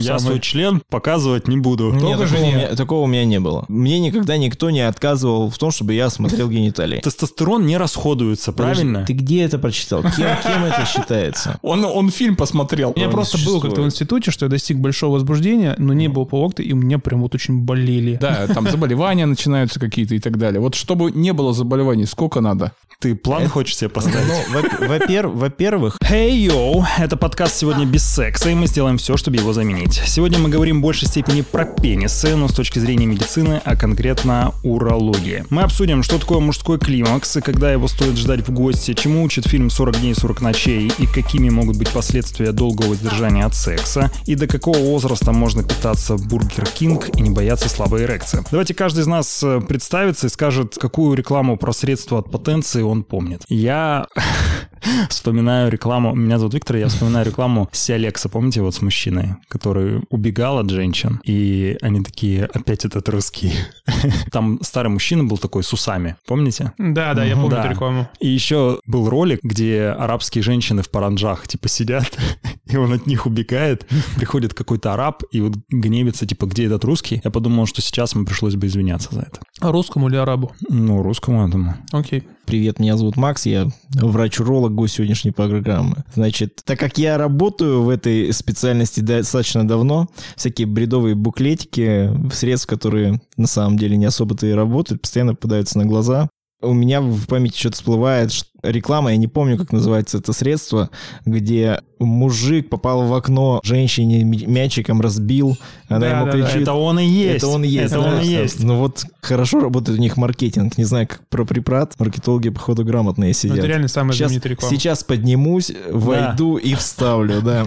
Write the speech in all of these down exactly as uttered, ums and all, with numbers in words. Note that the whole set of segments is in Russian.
Я Самый... свой член показывать не буду. Нет, такого, у меня, такого у меня не было. Мне никогда никто не отказывал в том, чтобы я смотрел гениталии. Тестостерон не расходуется, правильно? Ты где это прочитал? Кем, кем это считается? Он, он фильм посмотрел. У меня просто было как-то в институте, что я достиг большого возбуждения, но не было полуокта, и у меня прям вот очень болели. Да, там заболевания начинаются какие-то и так далее. Вот чтобы не было заболеваний, сколько надо? Ты план хочешь себе поставить? Ну, во-первых... Hey, yo! Это подкаст «Сегодня без секса», и мы сделаем все, чтобы его заменить. Сегодня мы говорим в большей степени про пенисы, но с точки зрения медицины, а конкретно урологии. Мы обсудим, что такое мужской климакс, и когда его стоит ждать в гости, чему учит фильм «сорок дней, сорок ночей», и какими могут быть последствия долгого воздержания от секса, и до какого возраста можно питаться Бургер Кинг и не бояться слабой эрекции. Давайте каждый из нас представится и скажет, какую рекламу про средства от потенции он помнит. Я вспоминаю рекламу, меня зовут Виктор, я вспоминаю рекламу Сиалекса, помните, вот с мужчиной, который убегал от женщин, и они такие, опять этот русский. Там старый мужчина был такой с усами, помните? Да, да, я помню да. эту рекламу. И еще был ролик, где арабские женщины в паранджах, типа, сидят, и он от них убегает, приходит какой-то араб и вот гневится, типа, где этот русский? Я подумал, что сейчас ему пришлось бы извиняться за это. А русскому или арабу? Ну, русскому, я думаю. Окей. Привет, меня зовут Макс, я врач-уролог, гость сегодняшней программы. Значит, так как я работаю в этой специальности достаточно давно, всякие бредовые буклетики, средств, которые на самом деле не особо-то и работают, постоянно попадаются на глаза. У меня в памяти что-то всплывает, реклама, я не помню, как называется это средство, где мужик попал в окно, женщине мячиком разбил, она да, ему да, кричит. Да, это он и есть. Это он и есть. Это да, он и есть. Ну вот хорошо работает у них маркетинг. Не знаю, как про препарат. Маркетологи, походу, грамотные сидят. Это реально самая сейчас, знаменитая реклама. Сейчас поднимусь, войду да. и вставлю, да.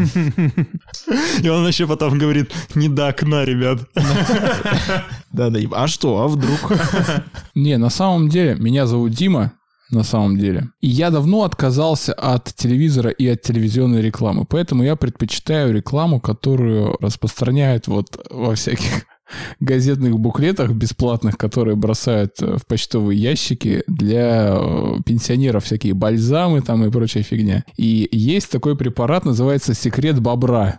И он еще потом говорит, не до окна, ребят. Да-да. А что, а вдруг? Не, на самом деле, меня зовут Дима. На самом деле. И я давно отказался от телевизора и от телевизионной рекламы. Поэтому я предпочитаю рекламу, которую распространяют вот во всяких газетных буклетах бесплатных, которые бросают в почтовые ящики для пенсионеров, всякие бальзамы там и прочая фигня. И есть такой препарат, называется «Секрет бобра».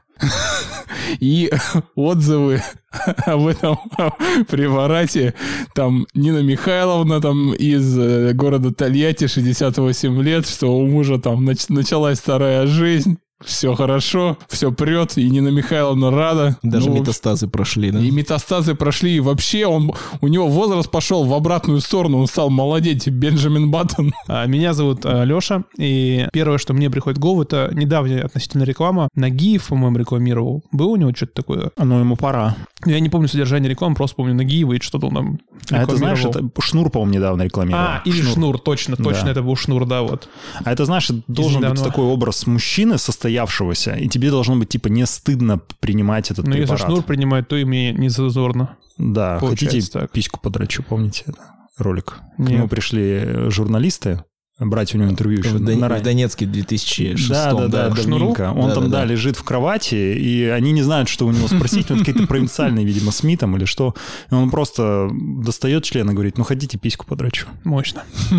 И отзывы об этом препарате, там Нина Михайловна там из города Тольятти, шестьдесят восемь лет, что у мужа там нач- началась вторая жизнь. Все хорошо, все прет, и Нина Михайловна рада. Даже ну, метастазы прошли, да? И метастазы прошли, и вообще он, у него возраст пошел в обратную сторону, он стал молодеть, Бенджамин Баттон. Меня зовут Леша, и первое, что мне приходит в голову, это недавняя относительно реклама. Нагиев, по-моему, рекламировал. Было у него что-то такое? Ну, ему пора. Я не помню содержание рекламы, просто помню Нагиева и что-то он там А это, знаешь, это Шнур, по-моему, недавно рекламировал. А, или Шнур, Шнур точно, точно, да. Это был Шнур, да, вот. А это, знаешь, должен быть такой образ мужчины, состоявшегося, и тебе должно быть, типа, не стыдно принимать этот Но препарат. Но если Шнур принимает, то и мне не зазорно. Да, Получается хотите так. Письку подрачу, помните это? Ролик? Нет. К нему пришли журналисты, брать у него интервью еще. В, Дон... в Донецке в две тысячи шестом. Да, да, да, давненько. Он да, там, да, да, лежит в кровати, и они не знают, что у него спросить. Он какие-то провинциальные, видимо, СМИ там или что. И он просто достает член и говорит, ну, хотите, письку подрачу. Мощно.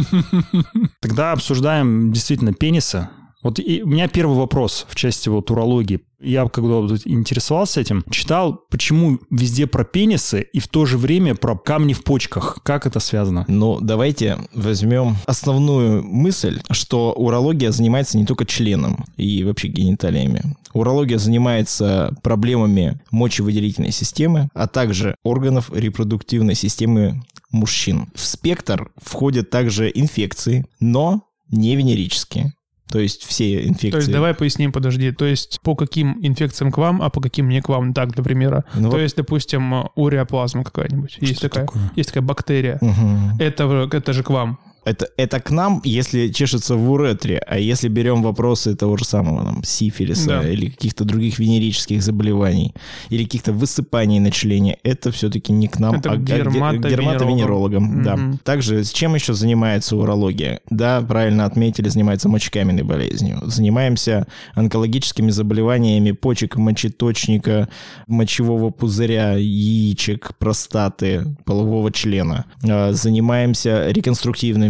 Тогда обсуждаем действительно пенисы. Вот и у меня первый вопрос в части вот урологии. Я, когда интересовался этим, читал, почему везде про пенисы и в то же время про камни в почках. Как это связано? Ну, давайте возьмем основную мысль, что урология занимается не только членом и вообще гениталиями. Урология занимается проблемами мочевыделительной системы, а также органов репродуктивной системы мужчин. В спектр входят также инфекции, но не венерические. То есть все инфекции. То есть давай поясним, подожди. То есть по каким инфекциям к вам, а по каким не к вам. Так, для примера. Ну, То вот... есть, допустим, уреоплазма какая-нибудь. Есть такая, есть такая бактерия. Угу. Это, это же к вам. Это, это к нам, если чешется в уретре, а если берем вопросы того же самого там, сифилиса, да, или каких-то других венерических заболеваний, или каких-то высыпаний на члене, это все-таки не к нам, это а к дерматовенерологам. Да. Угу. Также с чем еще занимается урология? Да, правильно отметили, занимается мочекаменной болезнью. Занимаемся онкологическими заболеваниями почек, мочеточника, мочевого пузыря, яичек, простаты, полового члена. Занимаемся реконструктивными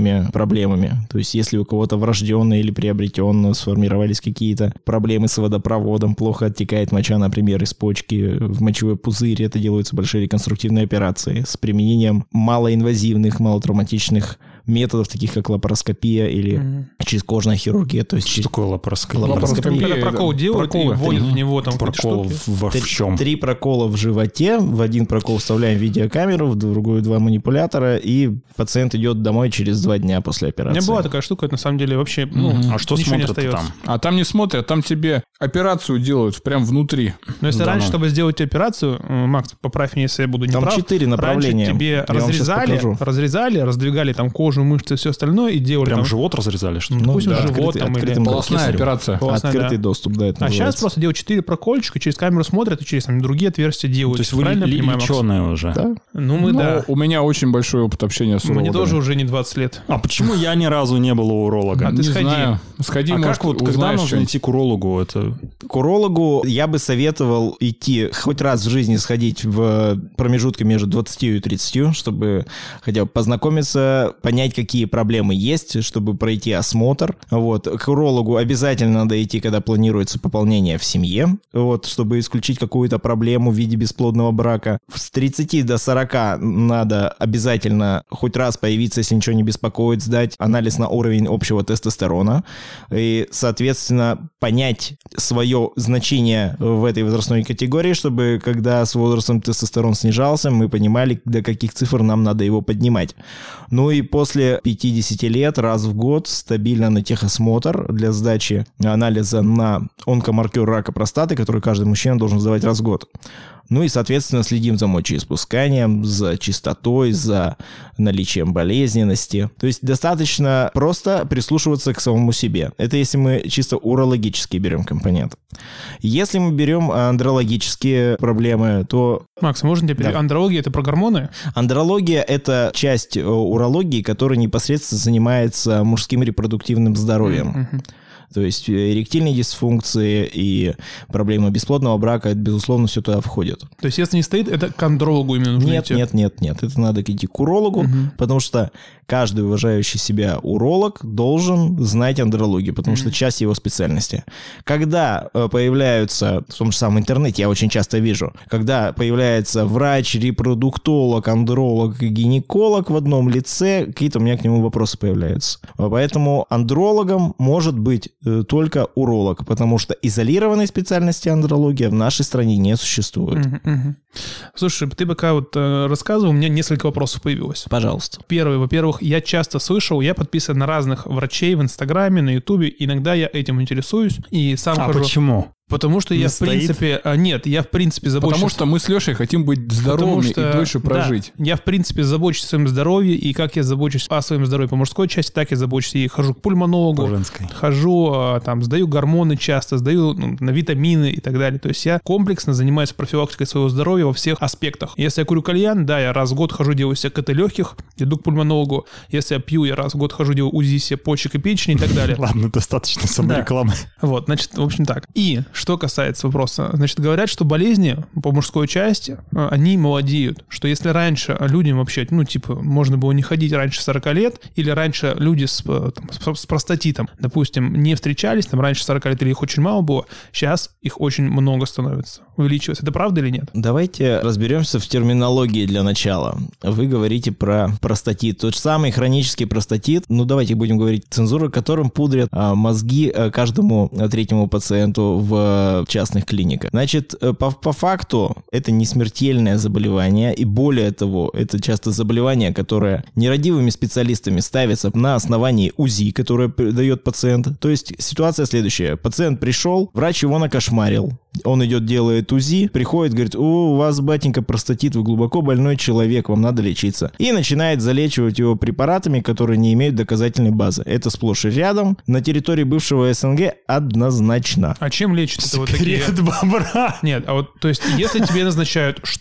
генетическими проблемами. То есть если у кого-то врожденно или приобретенно сформировались какие-то проблемы с водопроводом, плохо оттекает моча, например, из почки в мочевой пузырь, это делаются большие реконструктивные операции с применением малоинвазивных, малотравматичных методов, таких как лапароскопия или mm-hmm. чрезкожная хирургия. То есть что через... такое лапароскопия? Лапароскопия, когда прокол делают и вводят в него там прокол в, в чем? Три прокола в животе, в один прокол вставляем видеокамеру, в другую два манипулятора, и пациент идет домой через два дня после операции. У меня была такая штука, это на самом деле вообще, ну, mm-hmm. а что смотрят там? А там не смотрят, там тебе операцию делают прям внутри. Но если да, раньше, ну. чтобы сделать операцию, Макс, поправь меня, если я буду неправ. Там четыре направления. Раньше тебе разрезали, разрезали, раздвигали там кожу, мышцы и все остальное, и делали прям там... живот разрезали, что ли? Ну, допустим, да, живот открытый, там или... Полостная операция. Полостная, Открытый да. доступ, да, это А называется. сейчас просто делают четыре прокольчика, через камеру смотрят и через там, другие отверстия делают. То есть вы правильно ли, понимаю, Макс? леченые уже? Да. Ну, мы, Но да. у меня очень большой опыт общения с урологами. Мне тоже уже не двадцать лет. А почему я ни разу не был у уролога? А ты Не сходи. знаю. Сходи, А может, как вот, когда узнаешь нужно что-нибудь. идти к урологу? Это... К урологу я бы советовал идти хоть раз в жизни сходить в промежутке между двадцатью и тридцатью, чтобы хотя бы познакомиться, понять, какие проблемы есть, чтобы пройти осмотр. Вот. К урологу обязательно надо идти, когда планируется пополнение в семье, вот, чтобы исключить какую-то проблему в виде бесплодного брака. С тридцати до сорока надо обязательно хоть раз появиться, если ничего не беспокоит, сдать анализ на уровень общего тестостерона и, соответственно, понять свое значение в этой возрастной категории, чтобы когда с возрастом тестостерон снижался, мы понимали, до каких цифр нам надо его поднимать. Ну и после пятидесяти лет раз в год стабильно на техосмотр для сдачи анализа на онкомаркер рака простаты, который каждый мужчина должен сдавать раз в год. Ну и, соответственно, следим за мочеиспусканием, за чистотой, за наличием болезненности. То есть достаточно просто прислушиваться к самому себе. Это если мы чисто урологически берем компонент. Если мы берем андрологические проблемы, то... Макс, можно тебе... Да. Андрология — это про гормоны? Андрология — это часть урологии, которая непосредственно занимается мужским репродуктивным здоровьем. Mm-hmm. То есть эректильные дисфункции и проблемы бесплодного брака, это, безусловно, все туда входит. То есть если не стоит, это к андрологу именно нужно Нет, идти? нет, нет, нет. Это надо идти к урологу, угу. потому что каждый уважающий себя уролог должен знать андрологию, потому угу. что часть его специальности. Когда появляются, в том же самом интернете, я очень часто вижу, когда появляется врач, репродуктолог, андролог и гинеколог в одном лице, какие-то у меня к нему вопросы появляются. Поэтому андрологом может быть только уролог, потому что изолированной специальности андрология в нашей стране не существует. Угу, угу. Слушай, ты пока вот э, рассказывал, у меня несколько вопросов появилось. Пожалуйста. Первый, во-первых, я часто слышал, я подписан на разных врачей в Инстаграме, на Ютубе, иногда я этим интересуюсь и сам а хожу... почему? Потому что не я, в стоит? принципе... А, нет, я, в принципе, забочусь... Потому что мы с Лешей хотим быть здоровыми что, и дольше прожить. Да, я, в принципе, забочусь о своем здоровье, и как я забочусь о своем здоровье по мужской части, так я забочусь и хожу к пульмонологу, по женской. Хожу, там, сдаю гормоны часто, сдаю ну, на витамины и так далее. То есть я комплексно занимаюсь профилактикой своего здоровья во всех аспектах. Если я курю кальян, да, я раз в год хожу, делаю себе КТ легких, иду к пульмонологу. Если я пью, я раз в год хожу, делаю УЗИ себе почек и печени и так далее. Ладно, достаточно саморекламы. Вот, значит, в общем так. И что касается вопроса, значит, говорят, что болезни по мужской части, они молодеют. Что если раньше людям вообще, ну, типа, можно было не ходить раньше сорока лет, или раньше люди с, там, с простатитом, допустим, не встречались, там, раньше сорока лет или их очень мало было, сейчас их очень много становится, увеличивается. Это правда или нет? Давайте разберемся в терминологии для начала. Вы говорите про простатит. Тот же самый хронический простатит, ну, давайте будем говорить цензуру, которым пудрят а, мозги а, каждому третьему пациенту в частных клиниках. Значит, по, по факту это не смертельное заболевание, и более того, это часто заболевание, которое нерадивыми специалистами ставится на основании УЗИ, которое дает пациент. То есть ситуация следующая. Пациент пришел, врач его накошмарил. Он идет, делает УЗИ, приходит, говорит: о, у вас, батенька, простатит, вы глубоко больной человек, вам надо лечиться. И начинает залечивать его препаратами, которые не имеют доказательной базы. Это сплошь и рядом. На территории бывшего СНГ однозначно. А чем лечат это вот такие? Секрет бобра. Нет, а вот, то есть, если тебе назначают что?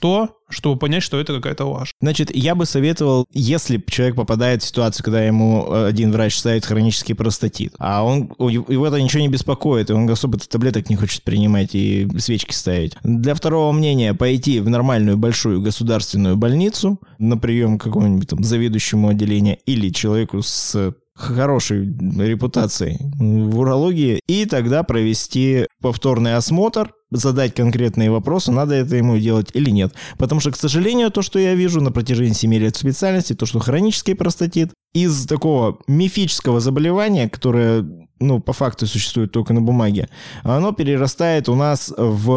чтобы понять, что это какая-то ложь. Значит, я бы советовал, если человек попадает в ситуацию, когда ему один врач ставит хронический простатит, а он, его это ничего не беспокоит, и он особо таблеток не хочет принимать и свечки ставить. Для второго мнения пойти в нормальную большую государственную больницу на прием к какому-нибудь там заведующему отделения или человеку с хорошей репутацией в урологии, и тогда провести повторный осмотр, задать конкретные вопросы, надо это ему делать или нет. Потому что, к сожалению, то, что я вижу на протяжении семи лет в специальности, то, что хронический простатит из такого мифического заболевания, которое, ну, по факту существует только на бумаге, оно перерастает у нас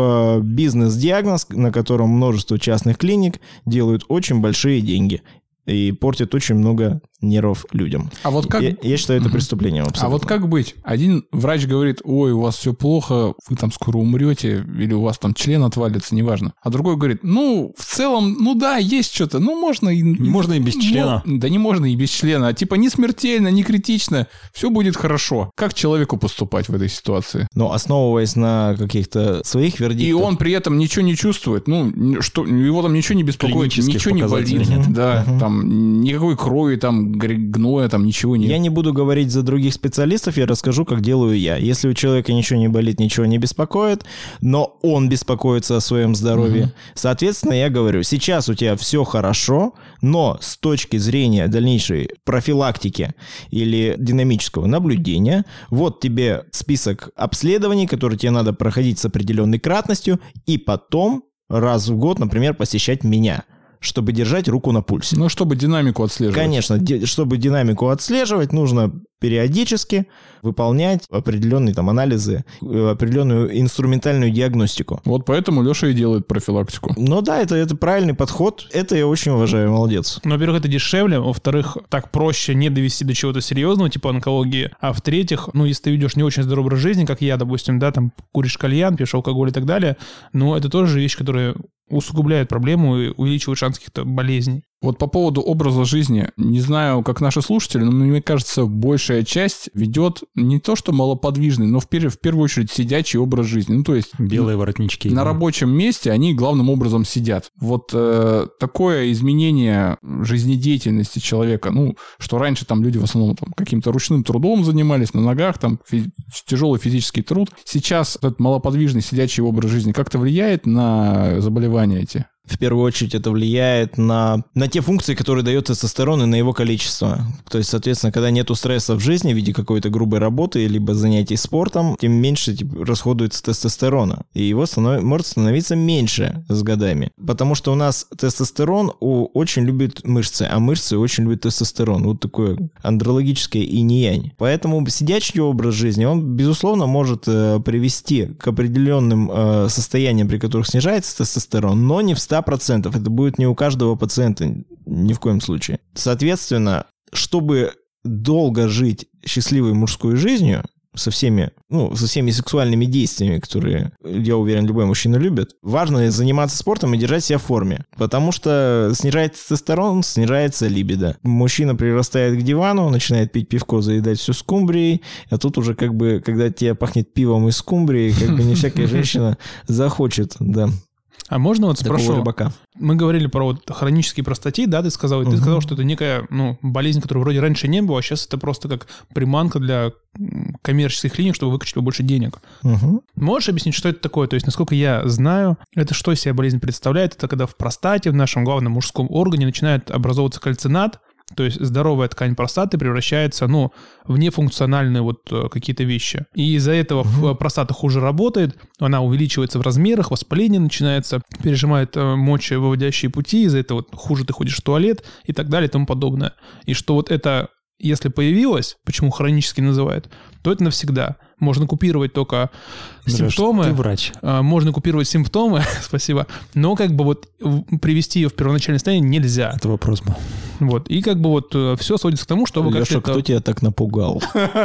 в бизнес-диагноз, на котором множество частных клиник делают очень большие деньги и портят очень много нервов людям. А вот как... Я, я считаю, это преступлением абсолютно. А вот как быть? Один врач говорит, ой, у вас все плохо, вы там скоро умрете, или у вас там член отвалится, неважно. А другой говорит, ну, в целом, ну да, есть что-то, ну, можно и... Можно и без члена. Ну, да не можно и без члена. Типа не смертельно, не критично, все будет хорошо. Как человеку поступать в этой ситуации? Но основываясь на каких-то своих вердиктах. И он при этом ничего не чувствует, ну, что его там ничего не беспокоит, ничего не болит. Нет. Да, угу. Там никакой крови, там гноя, там ничего нет. Я не буду говорить за других специалистов, я расскажу, как делаю я. Если у человека ничего не болит, ничего не беспокоит, но он беспокоится о своем здоровье, угу. соответственно, я говорю, сейчас у тебя все хорошо, но с точки зрения дальнейшей профилактики или динамического наблюдения, вот тебе список обследований, которые тебе надо проходить с определенной кратностью, и потом раз в год, например, посещать меня, чтобы держать руку на пульсе. Ну, чтобы динамику отслеживать. Конечно, ди- чтобы динамику отслеживать, нужно периодически выполнять определенные там анализы, определенную инструментальную диагностику. Вот поэтому Леша и делает профилактику. Ну да, это, это правильный подход. Это я очень уважаю, молодец. Ну, во-первых, это дешевле, во-вторых, так проще не довести до чего-то серьезного, типа онкологии, а в-третьих, ну, если ты ведешь не очень здоровый образ жизни, как я, допустим, да, там, куришь кальян, пьешь алкоголь и так далее, но это тоже вещь, которая усугубляет проблему и увеличивает шанс каких-то болезней. Вот по поводу образа жизни, не знаю, как наши слушатели, но мне кажется, большая часть ведет не то, что малоподвижный, но в, пер- в первую очередь сидячий образ жизни. Ну, то есть... Белые воротнички. На рабочем месте они главным образом сидят. Вот э, такое изменение жизнедеятельности человека, ну, что раньше там люди в основном там, каким-то ручным трудом занимались, на ногах, там фи- тяжелый физический труд. Сейчас этот малоподвижный сидячий образ жизни как-то влияет на заболевания эти? В первую очередь это влияет на, на те функции, которые дает тестостерон, и на его количество. То есть, соответственно, когда нету стресса в жизни в виде какой-то грубой работы либо занятий спортом, тем меньше типа, расходуется тестостерона. И его станов... может становиться меньше с годами. Потому что у нас тестостерон у... очень любит мышцы, а мышцы очень любят тестостерон. Вот такое андрологическое инь-янь. Поэтому сидячий образ жизни, он, безусловно, может э, привести к определенным э, состояниям, при которых снижается тестостерон, но не в ста процентов. Это будет не у каждого пациента ни в коем случае. Соответственно, чтобы долго жить счастливой мужской жизнью, со всеми, ну, со всеми сексуальными действиями, которые, я уверен, любой мужчина любит, важно заниматься спортом и держать себя в форме. Потому что снижается тестостерон, снижается либидо. Мужчина прирастает к дивану, начинает пить пивко, заедать все скумбрией, а тут уже как бы, когда тебе пахнет пивом и скумбрией, как бы не всякая женщина захочет, да. А можно вот спрошу? Рыбака. Мы говорили про вот хронический простатит, да, ты сказал, и ты uh-huh. сказал, что это некая, ну, болезнь, которой вроде раньше не было, а сейчас это просто как приманка для коммерческих клиник, чтобы выкачать побольше денег. Uh-huh. Можешь объяснить, что это такое? То есть, насколько я знаю, это что из себя болезнь представляет? Это когда в простате, в нашем главном мужском органе начинает образовываться кальцинат, то есть здоровая ткань простаты превращается, ну, в нефункциональные вот какие-то вещи. И из-за этого угу. простата хуже работает, она увеличивается в размерах, воспаление начинается, пережимает мочевыводящие пути, из-за этого вот хуже ты ходишь в туалет и так далее и тому подобное. И что вот это, если появилось, почему хронически называют, то это навсегда. Можно купировать только Здрашь, симптомы. Ты врач. Можно купировать симптомы, спасибо, но как бы вот привести ее в первоначальное состояние нельзя. Это вопрос был. Вот, и как бы вот все сводится к тому, чтобы... Леша, как-то кто это... тебя так напугал?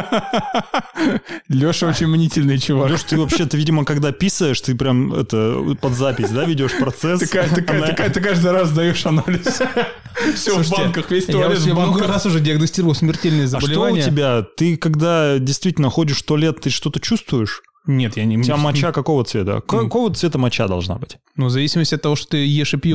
Леша очень мнительный чувак. Леша, ты вообще-то, видимо, когда писаешь, ты прям это под запись, да, ведешь процесс? Ты каждый раз даешь анализ. Все в банках, весь туалет в банках. Я много банках. раз уже диагностировал смертельные А что у заболевания. тебя? Ты когда действительно ходишь в туалет, ты что-то чувствуешь? Нет, я не... У тебя моча какого цвета? Какого цвета моча должна быть? Ну, в зависимости от того, что ты ешь и пьешь. Да?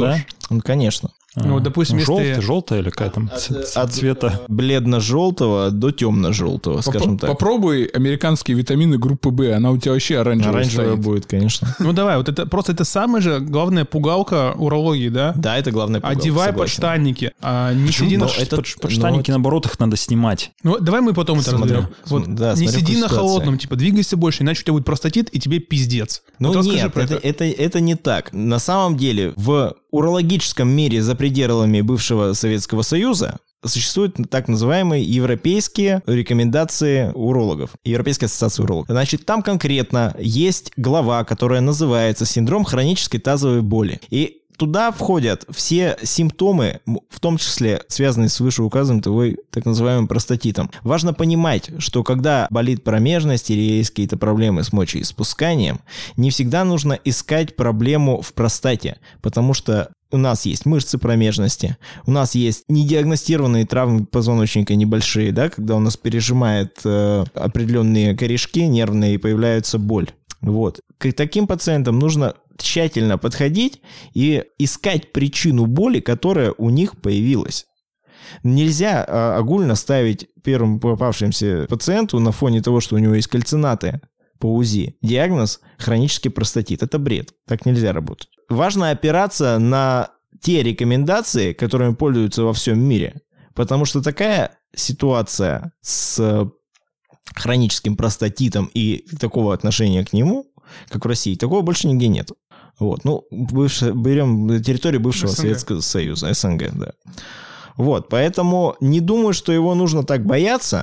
Ну, конечно. Ну, вот, допустим, ну, если... желтый, желтая или какая там От, от цвета? Бледно-желтого до темно-желтого, скажем Поп- так. Попробуй американские витамины группы В, она у тебя вообще оранжевая, Оранжевая стоит. будет, конечно. Ну, давай, вот это просто это самая же главная пугалка урологии, да? Да, это главное. Одевай подштанники, а не сиди на... Ну, это- Под- Подштанники, ну, наоборот, их надо снимать. Ну, давай мы потом это Смотря- разберем. Вот, да, не смотря сиди какая на ситуация. холодном, типа, двигайся больше, иначе у тебя будет простатит, и тебе пиздец. Ну Вот расскажи нет, про это, это, это не так. На самом деле в урологическом мире за пределами бывшего Советского Союза существуют так называемые европейские рекомендации урологов, Европейская ассоциация урологов. Значит, там конкретно есть глава, которая называется «Синдром хронической тазовой боли». И туда входят все симптомы, в том числе связанные с вышеуказанным твой так называемым простатитом. Важно понимать, что когда болит промежность или есть какие-то проблемы с мочеиспусканием, не всегда нужно искать проблему в простате, потому что у нас есть мышцы промежности, у нас есть недиагностированные травмы позвоночника небольшие, да, когда у нас пережимает э, определенные корешки нервные и появляется боль. Вот. К таким пациентам нужно тщательно подходить и искать причину боли, которая у них появилась. Нельзя а, огульно ставить первому попавшемуся пациенту на фоне того, что у него есть кальцинаты по УЗИ, диагноз хронический простатит. Это бред. Так нельзя работать. Важно опираться на те рекомендации, которыми пользуются во всем мире. Потому что такая ситуация с хроническим простатитом и такого отношения к нему, как в России, такого больше нигде нет. Вот, ну, бывшее, берем территорию бывшего СНГ. Советского Союза, СНГ, да. Вот, поэтому не думаю, что его нужно так бояться,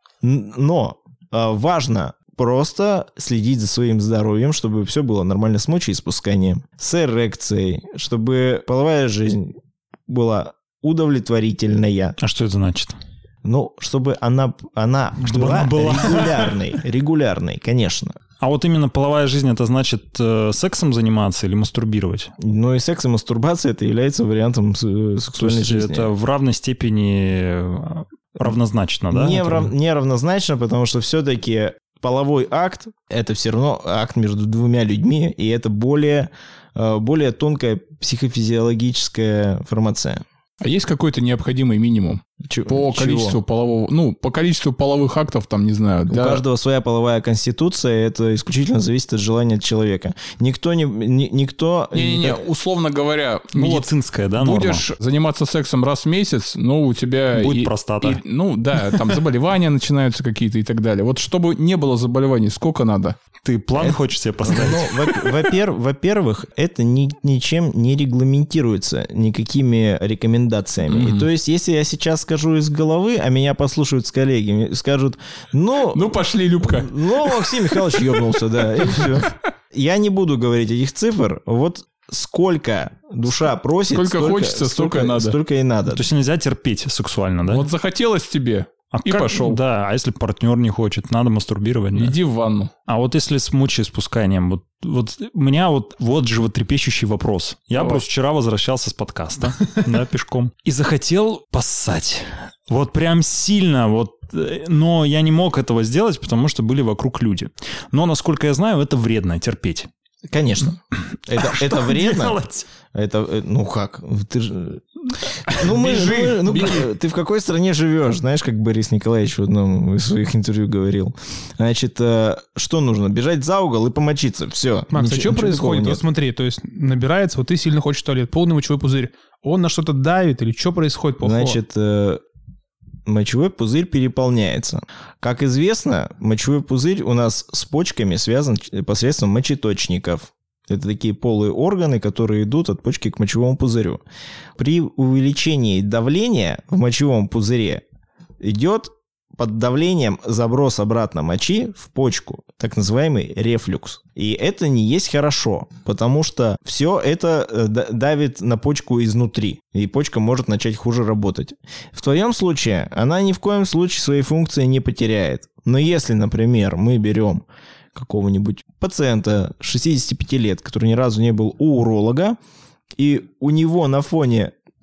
но э, важно просто следить за своим здоровьем, чтобы все было нормально с мочеиспусканием, с эрекцией, чтобы половая жизнь была удовлетворительная. А что это значит? Ну, чтобы она, она, Чтобы была, она была. регулярной, регулярной, конечно. А вот именно половая жизнь, это значит э, сексом заниматься или мастурбировать? Но и секс и мастурбация это является вариантом с- То сексуальной есть жизни. это в равной степени э, равнозначно, да? Не, Это- рав- не равнозначно, потому что все-таки половой акт – это все равно акт между двумя людьми, и это более, э, более тонкая психофизиологическая формация. А есть какой-то необходимый минимум Чё- по чего? количеству полового, ну, по количеству половых актов, там, не знаю, У для... каждого своя половая конституция, это исключительно зависит от желания человека. Никто не... ни- никто Не-не-не, условно говоря, ну вот Медицинская, да, норма? будешь заниматься сексом раз в месяц, ну, у тебя... Будет и- простата. и- ну, да, там заболевания начинаются какие-то и так далее. Вот чтобы не было заболеваний, сколько надо? Ты план хочешь себе поставить? Ну, во- во-пер- во-первых, это ни- ничем не регламентируется, никакими рекомендациями. И то есть, если я сейчас скажу из головы, а меня послушают с коллеги, мне скажут, ну... Ну, пошли, Любка. Ну, Максим Михайлович ебнулся, да, и все. Я не буду говорить этих цифр, вот сколько душа просит, Сколько хочется, столько и надо. Столько и надо. То есть нельзя терпеть сексуально, да? Вот захотелось тебе, А и как- пошел. Да, а если партнер не хочет, надо мастурбировать. да? Иди в ванну. А вот если с мочеиспусканием, вот, вот у меня вот, вот животрепещущий вопрос. Я Давай. просто вчера возвращался с подкаста, да, пешком, и захотел поссать. Вот прям сильно, вот, э, но я не мог этого сделать, потому что были вокруг люди. Но, насколько я знаю, это вредно терпеть. Конечно. Это, это вредно. Делать? Это, э, ну как? Ты же... Ну, мы, Бежи, ну, ну, беги. как- ты в какой стране живешь? Знаешь, как Борис Николаевич в одном из своих интервью говорил. Значит, э, что нужно? Бежать за угол и помочиться. Все. Макс, а что происходит? Вот смотри, то есть набирается, вот ты сильно хочешь в туалет, полный мочевой пузырь. Он на что-то давит или что происходит плохого? Значит, э, мочевой пузырь переполняется. Как известно, мочевой пузырь у нас с почками связан посредством мочеточников. Это такие полые органы, которые идут от почки к мочевому пузырю. При увеличении давления в мочевом пузыре идет под давлением заброс обратно мочи в почку, так называемый рефлюкс. И это не есть хорошо, потому что все это э, д- давит на почку изнутри, и почка может начать хуже работать. В твоем случае она ни в коем случае свои функции не потеряет. Но если, например, мы берем какого-нибудь пациента шестидесяти пяти лет, который ни разу не был у уролога, и у него на фоне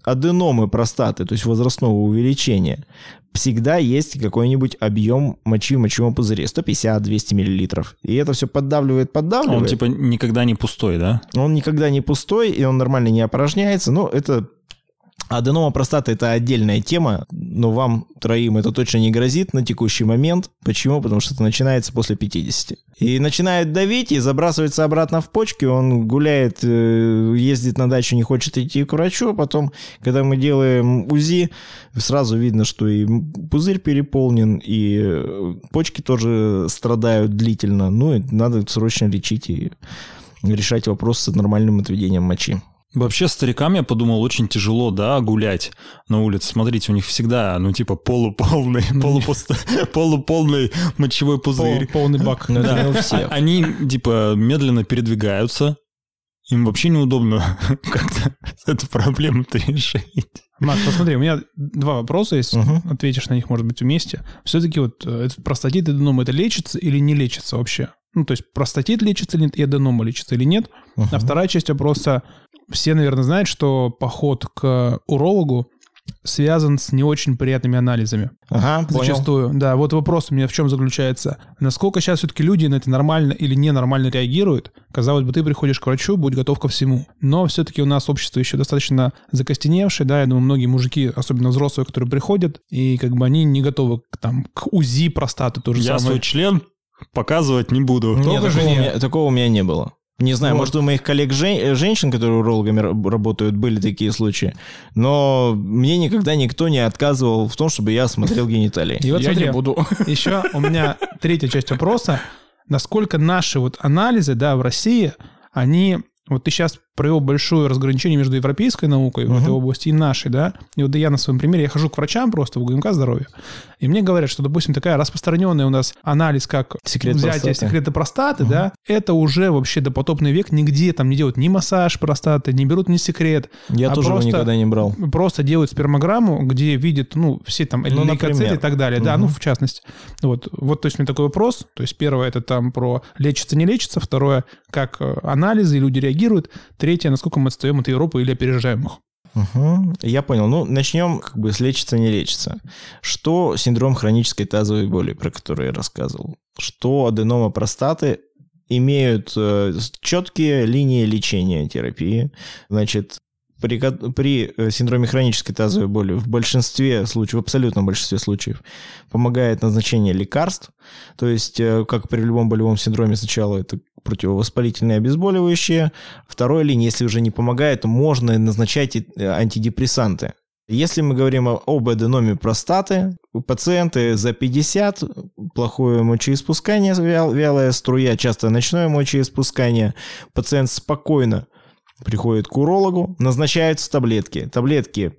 аденомы простаты, то есть возрастного увеличения, всегда есть какой-нибудь объем мочи в мочевом пузыре, сто пятьдесят - двести миллилитров. И это все поддавливает, поддавливает. Он типа никогда не пустой, да? Он никогда не пустой, и он нормально не опорожняется, но это... Аденома простаты – это отдельная тема, но вам троим это точно не грозит на текущий момент. Почему? Потому что это начинается после пятидесяти. И начинает давить, и забрасывается обратно в почки, он гуляет, ездит на дачу, не хочет идти к врачу, а потом, когда мы делаем УЗИ, сразу видно, что и пузырь переполнен, и почки тоже страдают длительно. Ну, и надо срочно лечить и решать вопрос с нормальным отведением мочи. Вообще старикам, я подумал, очень тяжело, да, гулять на улице. Смотрите, у них всегда, ну, типа, полуполный, полупустой, полуполный мочевой пузырь. Полный бак. Да. Они, типа, медленно передвигаются. Им вообще неудобно как-то эту проблему-то решить. Макс, посмотри, у меня два вопроса есть. Uh-huh. Ответишь на них, может быть, вместе. Все-таки вот этот простатит и аденома, это лечится или не лечится вообще? Ну, то есть простатит лечится или нет, и аденома лечится или нет? Uh-huh. А вторая часть вопроса. Все, наверное, знают, что поход к урологу связан с не очень приятными анализами. Ага, зачастую. Понял. Да, вот вопрос у меня в чем заключается. Насколько сейчас все-таки люди на это нормально или ненормально реагируют? Казалось бы, ты приходишь к врачу, будь готов ко всему. Но все-таки у нас общество еще достаточно закостеневшее, да, я думаю, многие мужики, особенно взрослые, которые приходят, и как бы они не готовы к, там, к УЗИ простаты. То же я самое. Свой член показывать не буду. Нет, такого, у меня, такого у меня не было. Не знаю, вот. Может, у моих коллег жен, женщин, которые урологами работают, были такие случаи, но мне никогда никто не отказывал в том, чтобы я смотрел гениталии. И вот я смотри, не буду. Еще у меня третья часть вопроса. Насколько наши вот анализы, да, в России, они... Вот ты сейчас провел большое разграничение между европейской наукой uh-huh. в этой области и нашей, да? И вот я на своем примере, я хожу к врачам просто в ГМК здоровья, и мне говорят, что, допустим, такая распространенная у нас анализ, как секрет взятие простаты. секрета простаты, uh-huh. да, это уже вообще допотопный век, нигде там не делают ни массаж простаты, не берут ни секрет. Я а тоже его никогда не брал. Просто делают спермограмму, где видят, ну, все там ну, лейкоциты и так далее, uh-huh. да, ну, в частности. Вот, вот, то есть у меня такой вопрос, то есть первое, это там про лечится, не лечится, второе, как анализы, и люди реагируют, третье, насколько мы отстаем от Европы или опережаем их. Угу, я понял. Ну, начнем как бы с лечится, не лечится. Что синдром хронической тазовой боли, про который я рассказывал? Что аденома простаты имеют э, четкие линии лечения терапии. Значит, при, при синдроме хронической тазовой боли в большинстве случаев, в абсолютном большинстве случаев, помогает назначение лекарств. То есть, э, как при любом болевом синдроме, сначала это противовоспалительные обезболивающие. Второй линии, если уже не помогает, то можно назначать антидепрессанты. Если мы говорим об аденоме простаты, пациенты за пятьдесят, плохое мочеиспускание, вялая струя, часто ночное мочеиспускание, пациент спокойно приходит к урологу, назначаются таблетки. Таблетки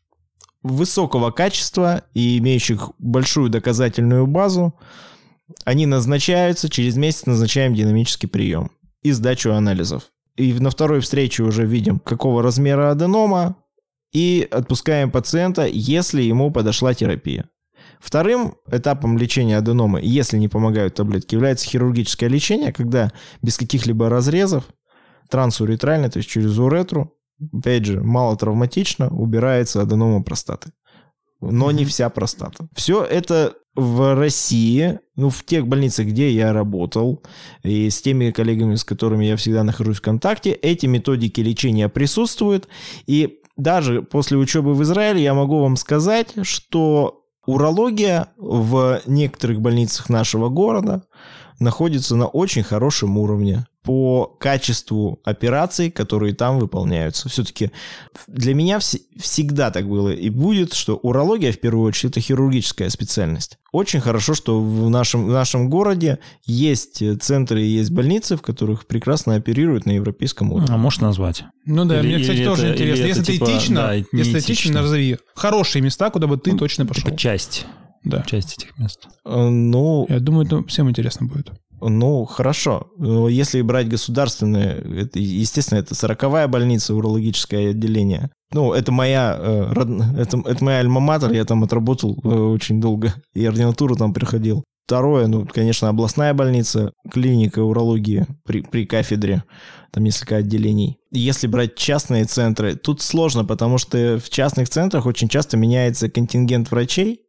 высокого качества и имеющих большую доказательную базу. Они назначаются, через месяц назначаем динамический прием и сдачу анализов. И на второй встрече уже видим, какого размера аденома, и отпускаем пациента, если ему подошла терапия. Вторым этапом лечения аденомы, если не помогают таблетки, является хирургическое лечение, когда без каких-либо разрезов, трансуретрально, то есть через уретру, опять же, мало травматично, убирается аденома простаты. Но не вся простата. Все это в России, ну, в тех больницах, где я работал, и с теми коллегами, с которыми я всегда нахожусь в контакте, эти методики лечения присутствуют. И даже после учебы в Израиле я могу вам сказать, что урология в некоторых больницах нашего города находится на очень хорошем уровне по качеству операций, которые там выполняются. Все-таки для меня вс- всегда так было и будет, что урология, в первую очередь, это хирургическая специальность. Очень хорошо, что в нашем, в нашем городе есть центры и есть больницы, в которых прекрасно оперируют на европейском уровне. А можешь назвать? Ну да, или, мне, кстати, тоже это, интересно. Если это типа, этично, да, если этично, назови хорошие места, куда бы ты ну, точно пошел. Типа часть. Да. Часть этих мест. Ну, я думаю, это всем интересно будет. Ну, хорошо. Если брать государственные, это, естественно, это сороковая больница, урологическое отделение. Ну, это моя, это, это моя альма-матер, я там отработал очень долго, и ординатуру там приходил. Второе, ну, конечно, областная больница, клиника урологии при, при кафедре, там несколько отделений. Если брать частные центры, тут сложно, потому что в частных центрах очень часто меняется контингент врачей.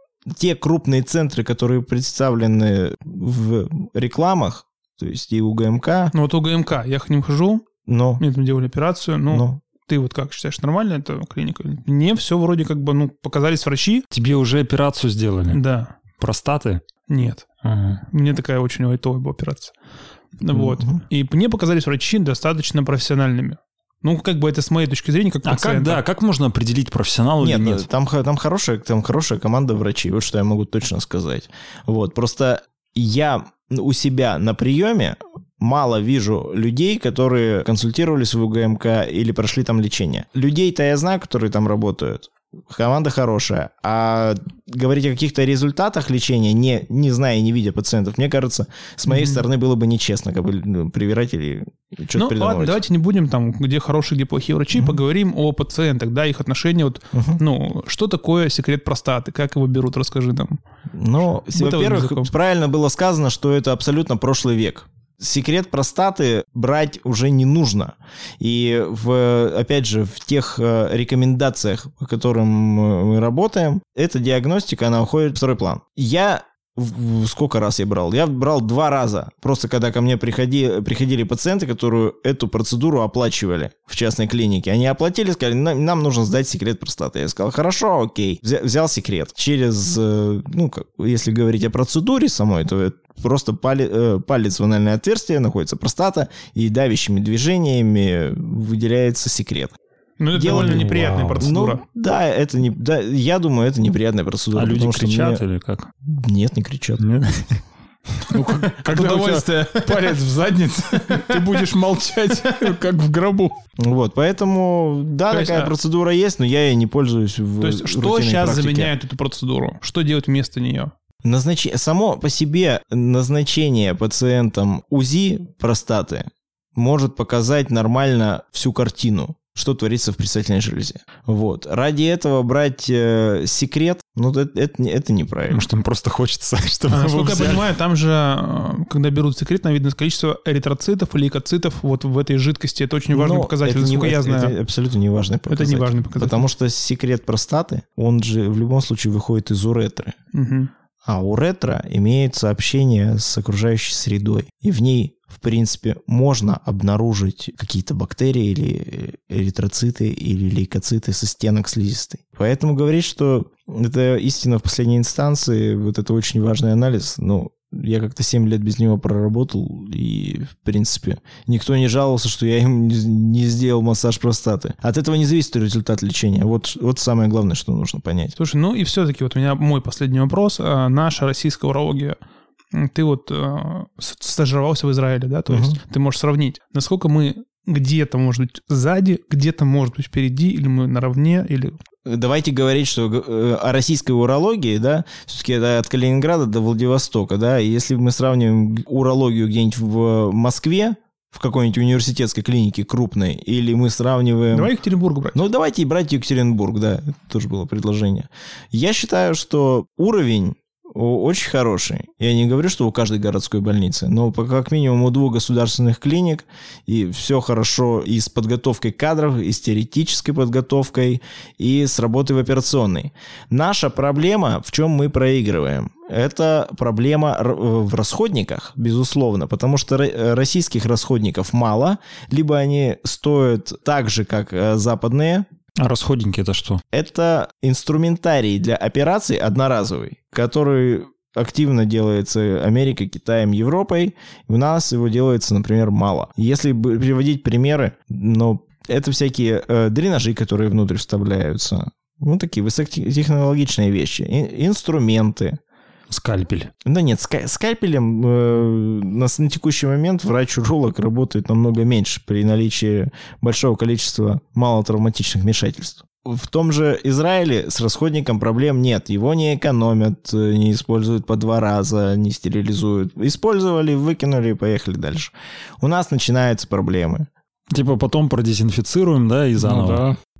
Те крупные центры, которые представлены в рекламах, то есть и УГМК. Ну вот УГМК, я к ним хожу, но, мне там делали операцию, ну... но. Ты вот как считаешь, нормально эта клиника? Мне все вроде как бы, ну, показались врачи. Тебе уже операцию сделали? Да. Простаты? Нет. Ага. Мне такая очень лайтовая была операция. Вот. Mm-hmm. И мне показались врачи достаточно профессиональными. Ну, как бы это с моей точки зрения, как а пациента. как, да, как можно определить, профессионал нет, или нет? Там, там, хорошая, там хорошая команда врачей, вот что я могу точно сказать. Вот, просто я у себя на приеме мало вижу людей, которые консультировались в УГМК или прошли там лечение. Людей-то я знаю, которые там работают. Команда хорошая. А говорить о каких-то результатах лечения, не, не зная и не видя пациентов, мне кажется, с моей mm-hmm. стороны было бы нечестно, как бы ну, привирать или что-то ну, придумывать. Ладно, давайте не будем там, где хорошие, где плохие врачи, mm-hmm. поговорим о пациентах, да, их отношения. Вот, mm-hmm. ну, что такое секрет простаты, как его берут, расскажи нам. Ну, во-первых, правильно было сказано, что это абсолютно прошлый век. Секрет простаты брать уже не нужно. И, в, опять же, в тех рекомендациях, по которым мы работаем, эта диагностика, она уходит в второй план. Я... Сколько раз я брал? Я брал два раза. Просто когда ко мне приходи, приходили пациенты, которые эту процедуру оплачивали в частной клинике. Они оплатили, сказали, нам нужно сдать секрет простаты. Я сказал, хорошо, окей. Взял, взял секрет. Через, ну, если говорить о процедуре самой, то это просто палец, палец в анальное отверстие, находится простата, и давящими движениями выделяется секрет. Ну, это Делали... довольно неприятная Вау. процедура. Ну, да, это не, да, я думаю, это неприятная процедура. А люди кричат мне... или как? Нет, не кричат. Нет? Ну, как, как удовольствие. Палец в заднице, ты будешь молчать, как в гробу. Вот, поэтому, да, то такая есть, процедура есть, но я ей не пользуюсь в То есть, что сейчас практике. Заменяет эту процедуру? Что делать вместо нее? Назнач... Само по себе назначение пациентам УЗИ простаты может показать нормально всю картину, что творится в предстательной железе. Вот. Ради этого брать э, секрет, ну, это, это, это неправильно. Может, им просто хочется, чтобы а, насколько я понимаю, там же, когда берут секрет, там видно количество эритроцитов, лейкоцитов вот в этой жидкости. Это очень важный Но показатель, это насколько не, я это, знаю. Это абсолютно не важный показатель. Это не важный показатель. Потому что секрет простаты, он же в любом случае выходит из уретры. Угу. А уретра имеет сообщение с окружающей средой. И в ней, в принципе, можно обнаружить какие-то бактерии или эритроциты или лейкоциты со стенок слизистой. Поэтому говорить, что это истина в последней инстанции, вот это очень важный анализ, ну, я как-то семь лет без него проработал, и, в принципе, никто не жаловался, что я им не сделал массаж простаты. От этого не зависит результат лечения. Вот, вот самое главное, что нужно понять. Слушай, ну и все-таки вот у меня мой последний вопрос. Наша российская урология, ты вот стажировался в Израиле, да? То uh-huh. есть ты можешь сравнить, насколько мы где-то, может быть, сзади, где-то, может быть, впереди, или мы наравне, или... Давайте говорить, что о российской урологии, да, все-таки это от Калининграда до Владивостока, да, и если мы сравниваем урологию где-нибудь в Москве, в какой-нибудь университетской клинике крупной, или мы сравниваем... Давай Екатеринбург брать. Ну, давайте брать Екатеринбург, да, это тоже было предложение. Я считаю, что уровень очень хороший. Я не говорю, что у каждой городской больницы, но как минимум у двух государственных клиник, и все хорошо и с подготовкой кадров, и с теоретической подготовкой, и с работой в операционной. Наша проблема, в чем мы проигрываем, это проблема в расходниках, безусловно, потому что российских расходников мало, либо они стоят так же, как западные. А расходники это что? Это инструментарий для операций одноразовый, который активно делается Америкой, Китаем, Европой. У нас его делается, например, мало. Если приводить примеры, но это всякие э, дренажи, которые внутрь вставляются. Ну, такие высокотехнологичные вещи. И, инструменты. Скальпель. Да нет, ска- скальпелем э, на, на текущий момент врач-уролог работает намного меньше при наличии большого количества малотравматичных вмешательств. В том же Израиле с расходником проблем нет. Его не экономят, не используют по два раза, не стерилизуют. Использовали, выкинули и поехали дальше. У нас начинаются проблемы. Типа потом продезинфицируем, да, и заново. Ну, да.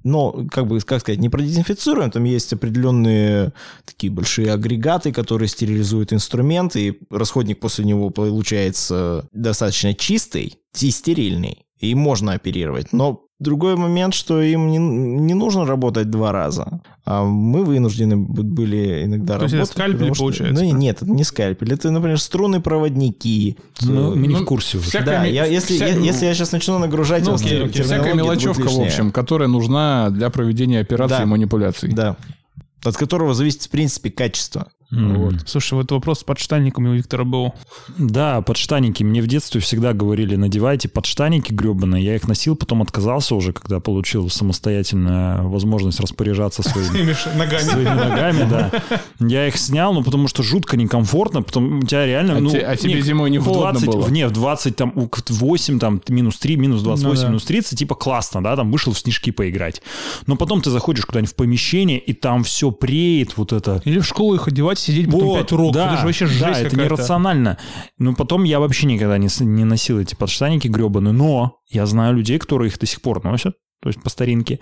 но, как бы, как сказать, не продезинфицируем, там есть определенные такие большие агрегаты, которые стерилизуют инструмент, и расходник после него получается достаточно чистый и стерильный, и можно оперировать. Но другой момент, что им не, не нужно работать два раза, а мы вынуждены были иногда То работать. То есть это скальпель, что, получается? Ну, нет, это не скальпель, это, например, струны-проводники. Ну, мы не ну, в курсе уже. всякая Да, ми- я, если, вся- я, если я сейчас начну нагружать Ну, вас окей, ter- окей. Всякая терминологией, это будет мелочевка, в лишнее. общем, которая нужна для проведения операций Да. и манипуляций. Да. От которого зависит, в принципе, качество. М. Вот. Слушай, вот вопрос с подштанниками у Виктора был. Да, подштанники. Мне в детстве всегда говорили, надевайте подштанники гребаные. Я их носил, потом отказался уже, когда получил самостоятельно возможность распоряжаться своими Ногами. своими ногами, да. Я их снял, ну, потому что жутко некомфортно, потом у тебя реально... А ну, те- а тебе не, зимой не в холодно двадцать, было? Не, в двадцать, там, у- в восемь, там, минус три, минус двадцать восемь, Ну да. минус тридцать, типа классно, да, там вышел в снежки поиграть. Но потом ты заходишь куда-нибудь в помещение, и там все преет, вот это... Или в школу их одевать, сидеть потом Вот, пять уроков. да, это же вообще жесть да, это какая-то. нерационально. Но потом я вообще никогда не, с- не носил эти подштанники гребаные, но я знаю людей, которые их до сих пор носят, то есть по старинке.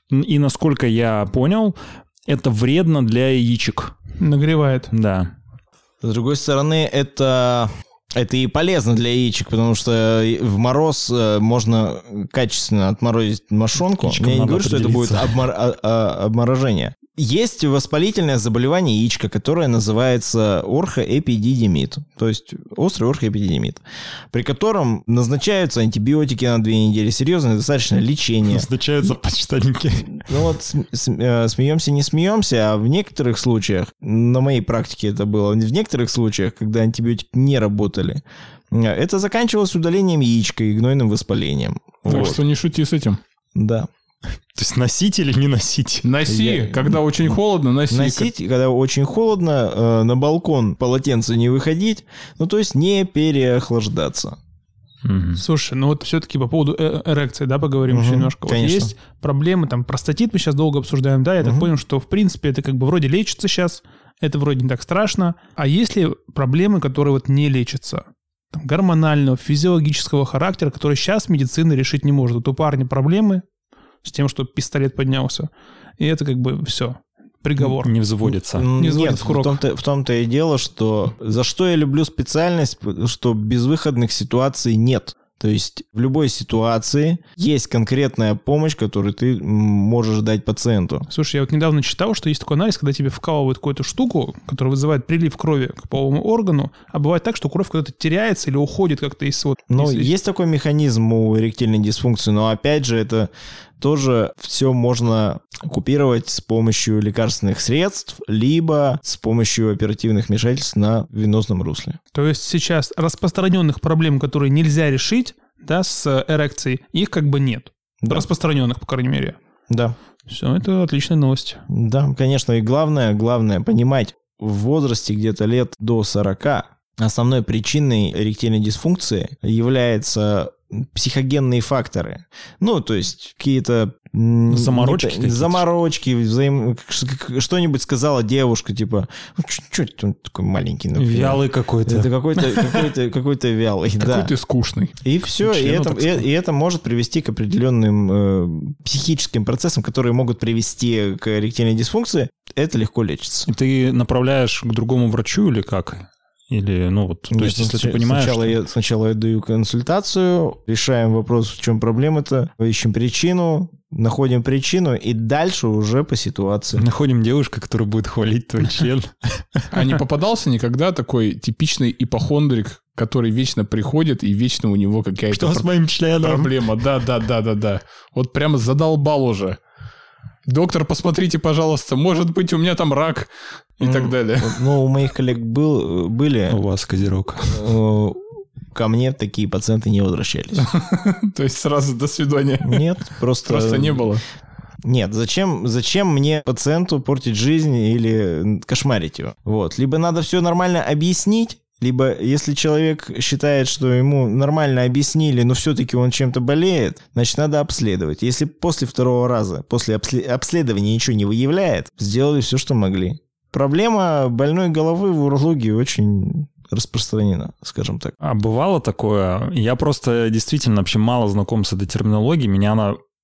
И насколько я понял, это вредно для яичек. Нагревает. Да. С другой стороны, это... Это и полезно для яичек, потому что в мороз э, можно качественно отморозить мошонку. Яичкам Я не надо говорю, что это будет определиться. обмор- а- а- обморожение. Есть воспалительное заболевание яичка, которое называется орхоэпидидимит, то есть острый орхоэпидидимит, при котором назначаются антибиотики на две недели, серьезное достаточно лечение. Назначаются подштанники. Ну вот см- см- э, смеемся, не смеемся, а в некоторых случаях, на моей практике это было, в некоторых случаях, когда антибиотики не работали, э, это заканчивалось удалением яичка и гнойным воспалением. Так Вот. что не шути с этим. Да. То есть носить или не носить? Носи, Я- когда очень холодно, носи. Носить, когда очень холодно, э, на балкон полотенце не выходить, ну то есть не переохлаждаться. Мгм. Слушай, ну вот все-таки по поводу э- эрекции, да, поговорим Мгм, еще немножко. Вот конечно. есть проблемы, там, простатит мы сейчас долго обсуждаем, да, я так Мгм. понял, что, в принципе, это как бы вроде лечится сейчас, это вроде не так страшно. А есть ли проблемы, которые вот не лечатся? Там, гормонального, физиологического характера, которые сейчас медицина решить не может. Вот у парня проблемы с тем, что пистолет поднялся, и это как бы все, приговор. Не взводится. М, Не звонит Нет, в в курок. том-то, в том-то и дело, что за что я люблю специальность, что безвыходных ситуаций нет. То есть в любой ситуации есть конкретная помощь, которую ты м, можешь дать пациенту. Слушай, я вот недавно читал, что есть такой анализ, когда тебе вкалывают какую-то штуку, которая вызывает прилив крови к половому органу, а бывает так, что кровь куда-то теряется или уходит как-то из... Вот, Ну, из- из- есть такой механизм у эректильной дисфункции, но опять же, это тоже все можно купировать с помощью лекарственных средств, либо с помощью оперативных вмешательств на венозном русле. То есть сейчас распространенных проблем, которые нельзя решить, да, с эрекцией, их как бы нет. Да. Распространенных, по крайней мере. Да. Все, это отличная новость. Да, конечно, и главное, главное понимать, в возрасте где-то лет до сорока основной причиной эректильной дисфункции являются психогенные факторы. Ну, то есть какие-то... м, Заморочки не- какие-то? Заморочки, взаим... ш- что-нибудь сказала девушка, типа, ну, что ты такой маленький, например? Вялый какой-то. Это какой-то, какой-то, какой-то вялый, Какой да. ты скучный. И все, и Члену, это, так сказать. и, и это может привести к определенным э, психическим процессам, которые могут привести к эректильной дисфункции. Это легко лечится. И ты направляешь к другому врачу или как? Или, ну вот, то Нет, есть, если ты снач- понимаешь... Сначала, что- я, сначала я даю консультацию, решаем вопрос, в чем проблема-то, ищем причину, находим причину, и дальше уже по ситуации. Находим девушку, которая будет хвалить твой член. А не попадался никогда такой типичный ипохондрик, который вечно приходит, и вечно у него какая-то Что с пр- моим членом? проблема? Да, да, да, да, да. Вот прямо задолбал уже. Доктор, посмотрите, пожалуйста, может быть, у меня там рак и Ну, так далее. Ну, у моих коллег был, были, У вас козерог. э, ко мне такие пациенты не возвращались. То есть сразу до свидания. Нет, просто... Просто не было. Нет, зачем, зачем мне пациенту портить жизнь или кошмарить его? Вот. Либо надо все нормально объяснить, либо если человек считает, что ему нормально объяснили, но все-таки он чем-то болеет, значит, надо обследовать. Если после второго раза, после обсле- обследования ничего не выявляет, сделали все, что могли. Проблема больной головы в урологии очень распространена, скажем так. А бывало такое? Я просто действительно вообще мало знаком с этой терминологией. Меня она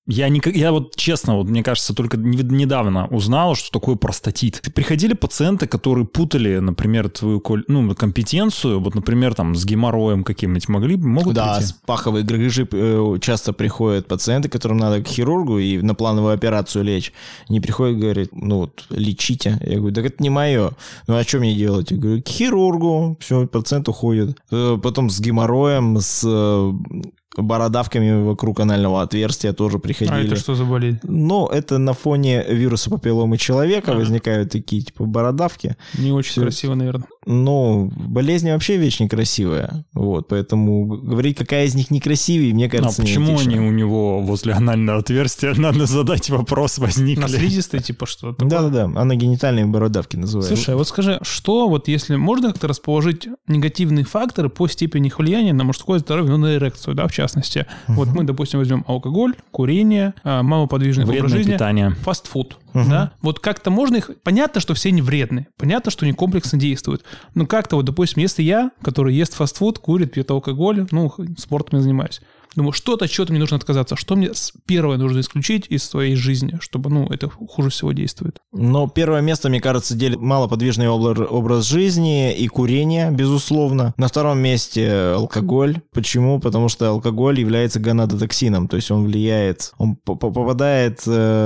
Я, не, я вот честно, вот мне кажется, только недавно узнал, что такое простатит. Приходили пациенты, которые путали, например, твою ну, компетенцию, вот, например, там, с геморроем каким-нибудь могли, могут Да, прийти? с паховой грыжей часто приходят пациенты, которым надо к хирургу и на плановую операцию лечь. Они приходят и говорят, ну вот, лечите. Я говорю, так это не мое. Ну, а что мне делать? Я говорю, к хирургу. Все, пациент уходит. Потом с геморроем, с бородавками вокруг анального отверстия тоже приходили. А это что за болезнь? Ну, это на фоне вируса папилломы человека а. возникают такие, типа, бородавки. Не очень Все. красиво, наверное. Ну, болезнь вообще вещь некрасивая. Вот, поэтому говорить, какая из них некрасивее, мне кажется, а почему неэтично. они у него возле анального отверстия? Надо задать вопрос, возникли. На слизистой, типа, что-то. Да-да-да, аногенитальные бородавки называются. Слушай, а вот скажи, что вот если можно как-то расположить негативные факторы по степени их влияния на мужское здоровье, ну, на эрекцию, да, в частности. Uh-huh. Вот мы, допустим, возьмем алкоголь, курение, малоподвижный образ жизни, питание, фастфуд. Uh-huh. Да? Вот как-то можно их... Понятно, что все они вредны. Понятно, что они комплексно действуют. Но как-то вот, допустим, если я, который ест фастфуд, курит, пьет алкоголь, ну, спортом я занимаюсь, думаю, что-то, что-то мне нужно отказаться. Что мне первое нужно исключить из своей жизни, чтобы, ну, это хуже всего действует? Но первое место, мне кажется, делит малоподвижный образ жизни и курение, безусловно. На втором месте алкоголь. Почему? Потому что алкоголь является гонадотоксином, то есть он влияет, он попадает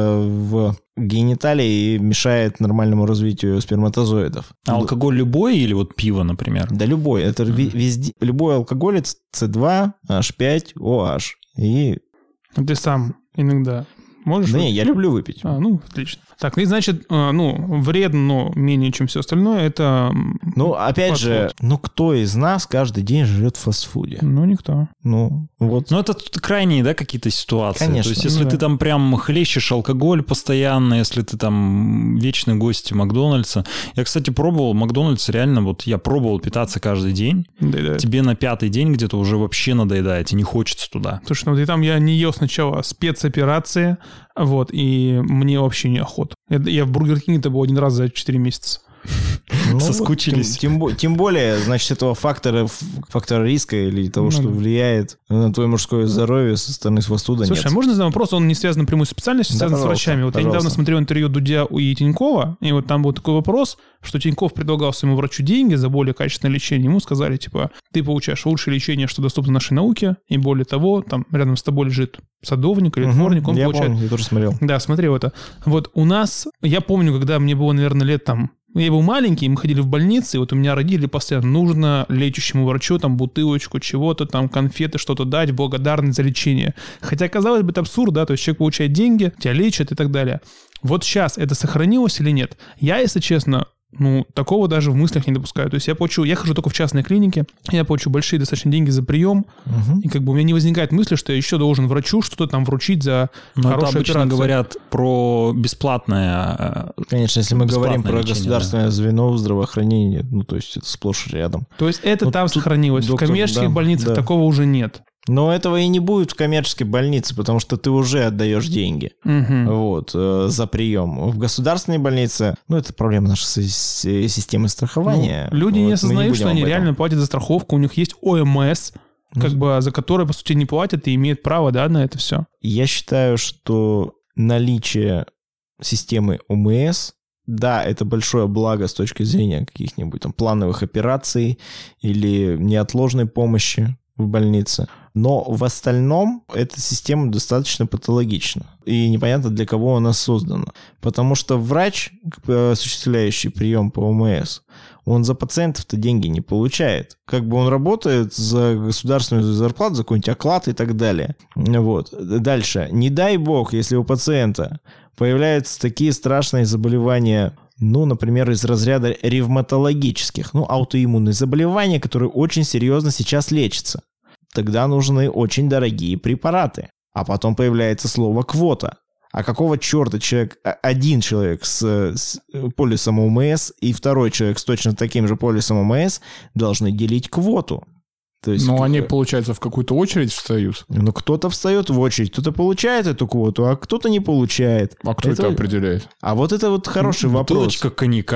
в гениталии и мешает нормальному развитию сперматозоидов. А алкоголь любой или вот пиво, например? Да любой. Это mm-hmm. везде. Любой алкоголь это си два эйч пять о эйч. И... Ты сам иногда можешь? Да не, я люблю выпить. А, ну, отлично. Так, и значит, ну, вредно, но менее, чем все остальное, это... Ну, опять фастфуд. же, ну, кто из нас каждый день живет в фастфуде? Ну, никто. Ну, вот. Ну, это крайние, да, какие-то ситуации. Конечно. То есть, если да. ты там прям хлещешь алкоголь постоянно, если ты там вечный гость Макдональдса. Я, кстати, пробовал Макдональдс, реально, вот я пробовал питаться каждый день. Да-да. Тебе на пятый день где-то уже вообще надоедает, и не хочется туда. Слушай, ну, вот и там я не ел сначала спецоперации, вот, и мне вообще неохота. Я, я в Бургер Кинге-то был один раз за четыре месяца. Ну, соскучились. Вот, тем, тем, тем более, значит, этого фактора, фактора риска или того, ну, что влияет на твое мужское здоровье со стороны фастфуда, Слушай, нет. а можно задать вопрос? Он не связан напрямую с специальностью, Да, связан с врачами. Вот пожалуйста. я недавно смотрел интервью Дудя и Тинькова, и вот там был такой вопрос, что Тиньков предлагал своему врачу деньги за более качественное лечение. Ему сказали, типа, ты получаешь лучшее лечение, что доступно нашей науке, и более того, там рядом с тобой лежит садовник или дворник, он я получает... помню, я тоже смотрел. Да, смотрел это. Вот у нас, я помню, когда мне было, наверное, лет там, я был маленький, мы ходили в больницы, и вот у меня родители постоянно, нужно лечащему врачу там бутылочку чего-то, там конфеты, что-то дать, благодарность за лечение. Хотя, казалось бы, это абсурд, да, то есть человек получает деньги, тебя лечат и так далее. Вот сейчас это сохранилось или нет? Я, если честно, ну, такого даже в мыслях не допускаю. То есть я получу, я хожу только в частные клиники, я получу большие достаточно деньги за прием, Угу. и как бы у меня не возникает мысли, что я еще должен врачу что-то там вручить за Но хорошую это обычно операцию. говорят про бесплатное... Конечно, если мы говорим про лечение, государственное да. звено в здравоохранении, ну, то есть это сплошь и рядом. То есть это Ну, там тут сохранилось. доктор, В коммерческих да, больницах да. такого уже нет. Но этого и не будет в коммерческой больнице, потому что ты уже отдаешь деньги Угу. вот, э, за прием. В государственной больнице, ну, это проблема нашей с- системы страхования. Ну, люди Вот, не мы осознают, будем что они об этом. реально платят за страховку, у них есть о эм эс, как Ну, бы, за которое, по сути, не платят и имеют право, да, на это все. Я считаю, что наличие системы о эм эс, да, это большое благо с точки зрения каких-нибудь там плановых операций или неотложной помощи в больнице. Но в остальном эта система достаточно патологична. И непонятно, для кого она создана. Потому что врач, осуществляющий прием по о эм эс, он за пациентов-то деньги не получает. Как бы он работает за государственную зарплату, за какой-нибудь оклад и так далее. Вот. Дальше. Не дай бог, если у пациента появляются такие страшные заболевания, ну, например, из разряда ревматологических, ну, аутоиммунные заболевания, которые очень серьезно сейчас лечатся. Тогда нужны очень дорогие препараты. А потом появляется слово «квота». А какого черта человек, один человек с, с полисом о эм эс и второй человек с точно таким же полисом о эм эс должны делить квоту? То есть, Ну, к- они, получается, в какую-то очередь встают. Ну, кто-то встает в очередь, кто-то получает эту квоту, а кто-то не получает. А кто это, определяет? А вот это вот хороший вопрос. Бутылочка коньяка.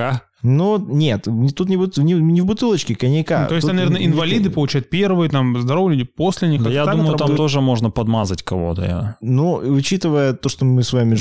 Ну, нет, тут не, не, не в бутылочке коньяка. Ну, то есть, тут, наверное, инвалиды не... получают первые, там, здоровые люди после них. Да я думаю, там тоже можно подмазать кого-то. Я... Ну, учитывая то, что мы с вами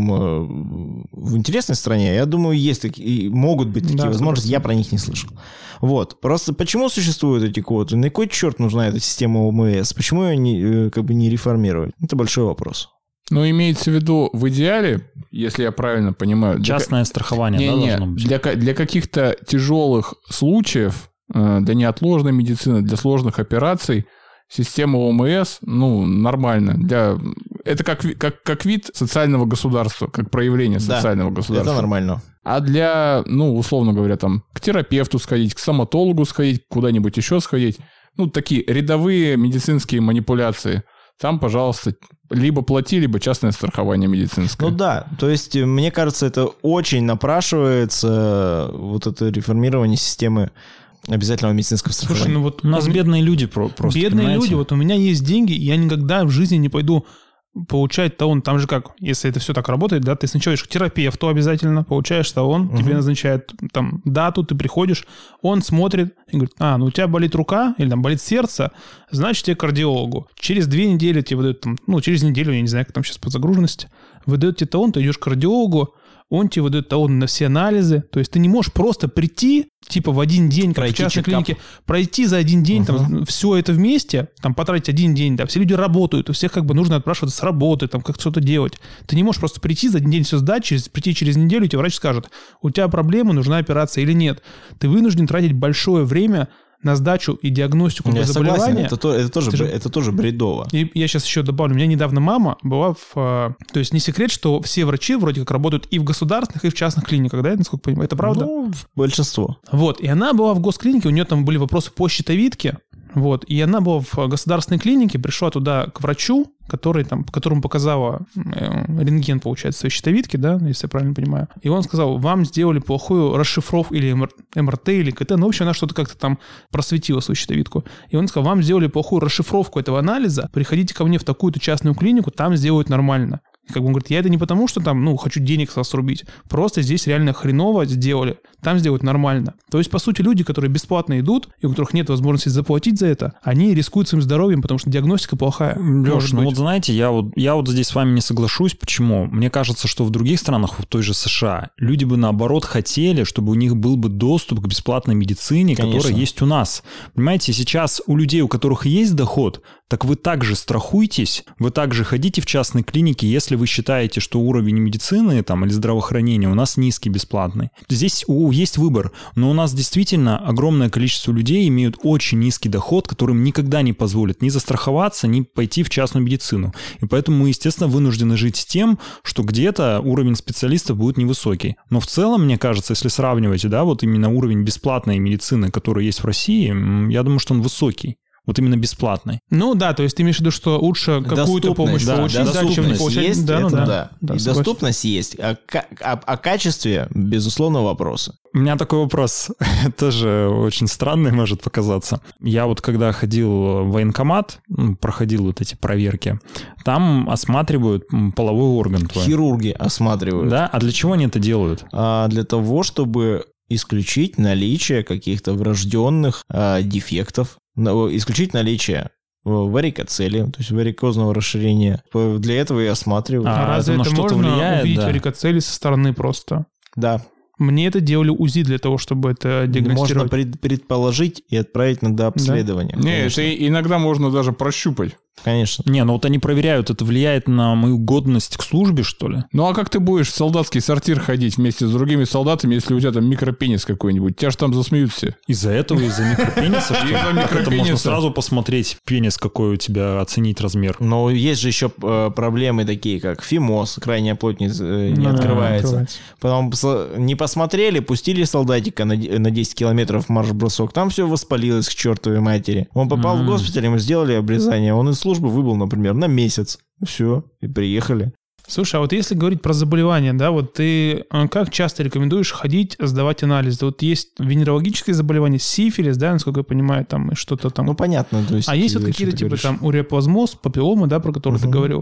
живем в интересной стране, я думаю, есть такие, могут быть такие да, возможности, я про них не слышал. Вот. Просто почему существуют эти квоты? На какой черт нужна эта система ОМС? Почему ее не, как бы не реформировать? Это большой вопрос. Ну, имеется в виду, в идеале, если я правильно понимаю... Частное для... страхование, не, да, не, должно быть? Для, для каких-то тяжелых случаев, для неотложной медицины, для сложных операций, система ОМС, ну, нормально. Для... Это как, как, как вид социального государства, как проявление да, социального государства. Это нормально. А для, ну, условно говоря, там, к терапевту сходить, к стоматологу сходить, куда-нибудь еще сходить, ну, такие рядовые медицинские манипуляции, там, пожалуйста, либо плати, либо частное страхование медицинское. Ну да, то есть, мне кажется, это очень напрашивается, вот это реформирование системы обязательного медицинского страхования. Слушай, ну вот у нас у... бедные люди просто, Бедные понимаете? люди, вот у меня есть деньги, я никогда в жизни не пойду получать талон. Там же как, если это все так работает, да, ты сначала идешь к терапевту обязательно, получаешь талон, угу. тебе назначают там дату, ты приходишь, он смотрит и говорит, а, ну у тебя болит рука или там болит сердце, значит тебе к кардиологу. Через две недели тебе выдают там, ну через неделю, я не знаю, как там сейчас по загруженности, выдают тебе талон, ты идешь к кардиологу, он тебе выдает талон на все анализы. То есть ты не можешь просто прийти, типа в один день, как пройти в частной чекап. клинике, пройти за один день, uh-huh. там, все это вместе, там, потратить один день, да, все люди работают, у всех как бы нужно отпрашиваться с работы, там, как что-то делать. Ты не можешь просто прийти за один день все сдать, через, прийти через неделю, и тебе врач скажет, у тебя проблема, нужна операция или нет. Ты вынужден тратить большое время на сдачу и диагностику я заболевания. Согласен, это, то, это, тоже, же... это тоже бредово. И я сейчас еще добавлю, у меня недавно мама была в... То есть не секрет, что все врачи вроде как работают и в государственных, и в частных клиниках, да, насколько понимаю, это правда? Ну, большинство. Вот, и она была в госклинике, у нее там были вопросы по щитовидке, вот, и она была в государственной клинике, пришла туда к врачу, который там, которому показала э, рентген, получается, своей щитовидки, да, если я правильно понимаю. И он сказал, вам сделали плохую расшифровку или эм эр тэ, или ка тэ, ну, в общем, она что-то как-то там просветила свою щитовидку. И он сказал, вам сделали плохую расшифровку этого анализа, приходите ко мне в такую-то частную клинику, там сделают нормально. И как бы он говорит, я это не потому, что там, ну, хочу денег с вас рубить, просто здесь реально хреново сделали, там сделают нормально. То есть, по сути, люди, которые бесплатно идут, и у которых нет возможности заплатить за это, они рискуют своим здоровьем, потому что диагностика плохая. Леш, ну вот знаете, я вот, я вот здесь с вами не соглашусь. Почему? Мне кажется, что в других странах, в той же США, люди бы наоборот хотели, чтобы у них был бы доступ к бесплатной медицине, Конечно. которая есть у нас. Понимаете, сейчас у людей, у которых есть доход, так вы также страхуйтесь, вы также ходите в частные клиники, если вы считаете, что уровень медицины там, или здравоохранения у нас низкий, бесплатный. Здесь у, есть выбор, но у нас действительно огромное количество людей имеют очень низкий доход, которым никогда не позволят ни застраховаться, ни пойти в частную медицину. И поэтому мы, естественно, вынуждены жить с тем, что где-то уровень специалистов будет невысокий. Но в целом, мне кажется, если сравнивать, да, вот именно уровень бесплатной медицины, который есть в России, я думаю, что он высокий. Вот именно бесплатной. Ну да, то есть ты имеешь в виду, что лучше какую-то помощь да, получить, да, да, чем не получать. Есть, да, ну, это да. да. да и доступность есть. А о, о качестве, безусловно, вопросы. У меня такой вопрос, тоже очень странный может показаться. Я вот когда ходил в военкомат, проходил вот эти проверки, там осматривают половой орган твой. Хирурги осматривают. Да? А для чего они это делают? А для того, чтобы исключить наличие каких-то врожденных а, дефектов, исключить наличие варикоцелия, то есть варикозного расширения. Для этого и осматривают. А, а разве это, это можно влияет, увидеть да? варикоцелий со стороны просто? Да. Мне это делали УЗИ для того, чтобы это диагностировать. Можно пред, предположить и отправить на дообследование. Да? Не, это иногда можно даже прощупать. Конечно. Не, ну вот они проверяют, это влияет на мою годность к службе, что ли? Ну а как ты будешь в солдатский сортир ходить вместе с другими солдатами, если у тебя там микропенис какой-нибудь? Тебя же там засмеют все. Из-за этого, из-за микропениса, что ли? Это можно сразу посмотреть пенис, какой у тебя, оценить размер. Но есть же еще проблемы такие, как фимоз, крайняя плоть не, не открывается. Потом не посмотрели, пустили солдатика на десять километров в марш-бросок, там все воспалилось к чертовой матери. Он попал в госпиталь, ему сделали обрезание, он из службы выбыл, например, на месяц. Все, и приехали. Слушай, а вот если говорить про заболевания, да, вот ты как часто рекомендуешь ходить, сдавать анализы? Вот есть венерологические заболевания, сифилис, да, насколько я понимаю, там что-то там. Ну, понятно. То есть, а есть вот какие-то типа говоришь. Там уреаплазмоз, папилломы, да, про которые uh-huh. ты говорил.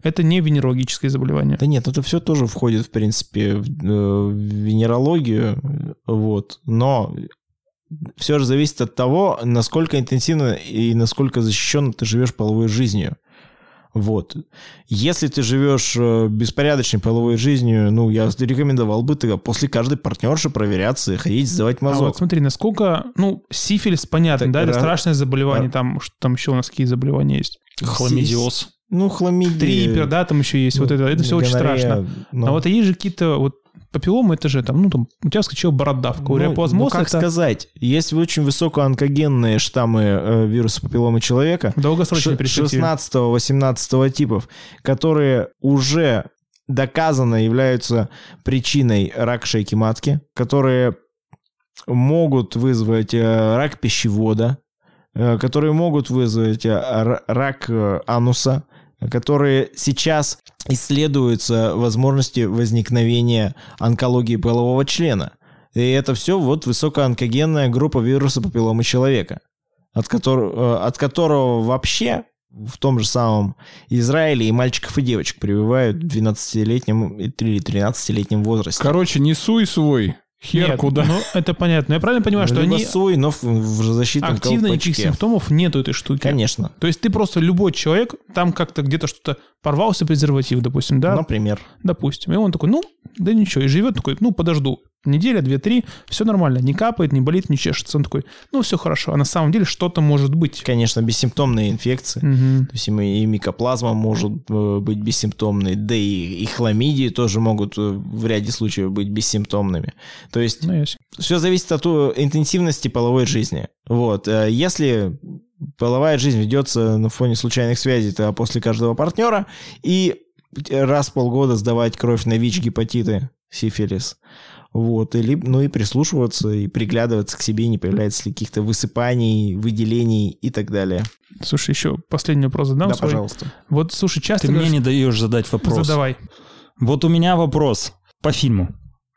это не венерологическое заболевание. Да нет, это все тоже входит, в принципе, в, в венерологию, вот, но все же зависит от того, насколько интенсивно и насколько защищенно ты живешь половой жизнью. Вот. Если ты живешь беспорядочной половой жизнью, ну, я рекомендовал бы ты после каждой партнерши проверяться и ходить сдавать мазок. А вот смотри, насколько, ну, сифилис, понятно, так, да, это ра... страшное заболевание, ра... там, что там еще у нас какие заболевания есть? Хламидиоз. Ну, хламидия. Трипер, да, там еще есть, ну, вот это, это все очень страшно. Но... А вот есть же какие-то вот папилломы, это же там, ну, там, у тебя вскочила бородавка, у репозмоз. Ну, как это... сказать, есть очень высокоонкогенные штаммы э, вируса папилломы человека. В долгосрочной перспективе. шестнадцатого-восемнадцатого типов, которые уже доказанно являются причиной рака шейки матки, которые могут вызвать э, рак пищевода, э, которые могут вызвать э, рак э, ануса, которые сейчас исследуются возможности возникновения онкологии полового члена. И это все вот высокоонкогенная группа вируса папилломы человека, от которого, от которого вообще в том же самом Израиле и мальчиков, и девочек прививают в двенадцатилетнем или тринадцатилетнем возрасте. Короче, не суй свой. Хер Нет, куда? Ну, это понятно. Я правильно понимаю, что Либо они... суй, но в, в защитном активно колпачке. никаких симптомов нету этой штуки. Конечно. То есть ты просто любой человек, там как-то где-то что-то порвался презерватив, допустим, да? Например. Допустим. И он такой, ну, да ничего. И живет такой, ну, подожду. Неделя, две, три, все нормально. Не капает, не болит, не чешется. Он такой, ну, все хорошо. А на самом деле что-то может быть. Конечно, бессимптомные инфекции. Угу. То есть и микоплазма может быть бессимптомной, да и, и хламидии тоже могут в ряде случаев быть бессимптомными. То есть ну, есть. Все зависит от интенсивности половой жизни. Вот. Если половая жизнь ведется на фоне случайных связей, то после каждого партнера, и раз в полгода сдавать кровь на ВИЧ, гепатиты, сифилис. Вот, или, ну и прислушиваться, и приглядываться к себе, не появляется ли каких-то высыпаний, выделений и так далее. Слушай, еще последний вопрос задам. Да, свой. пожалуйста. Вот, слушай, часто... Ты говоришь... мне не даешь задать вопрос. Задавай. Вот у меня вопрос по фильму.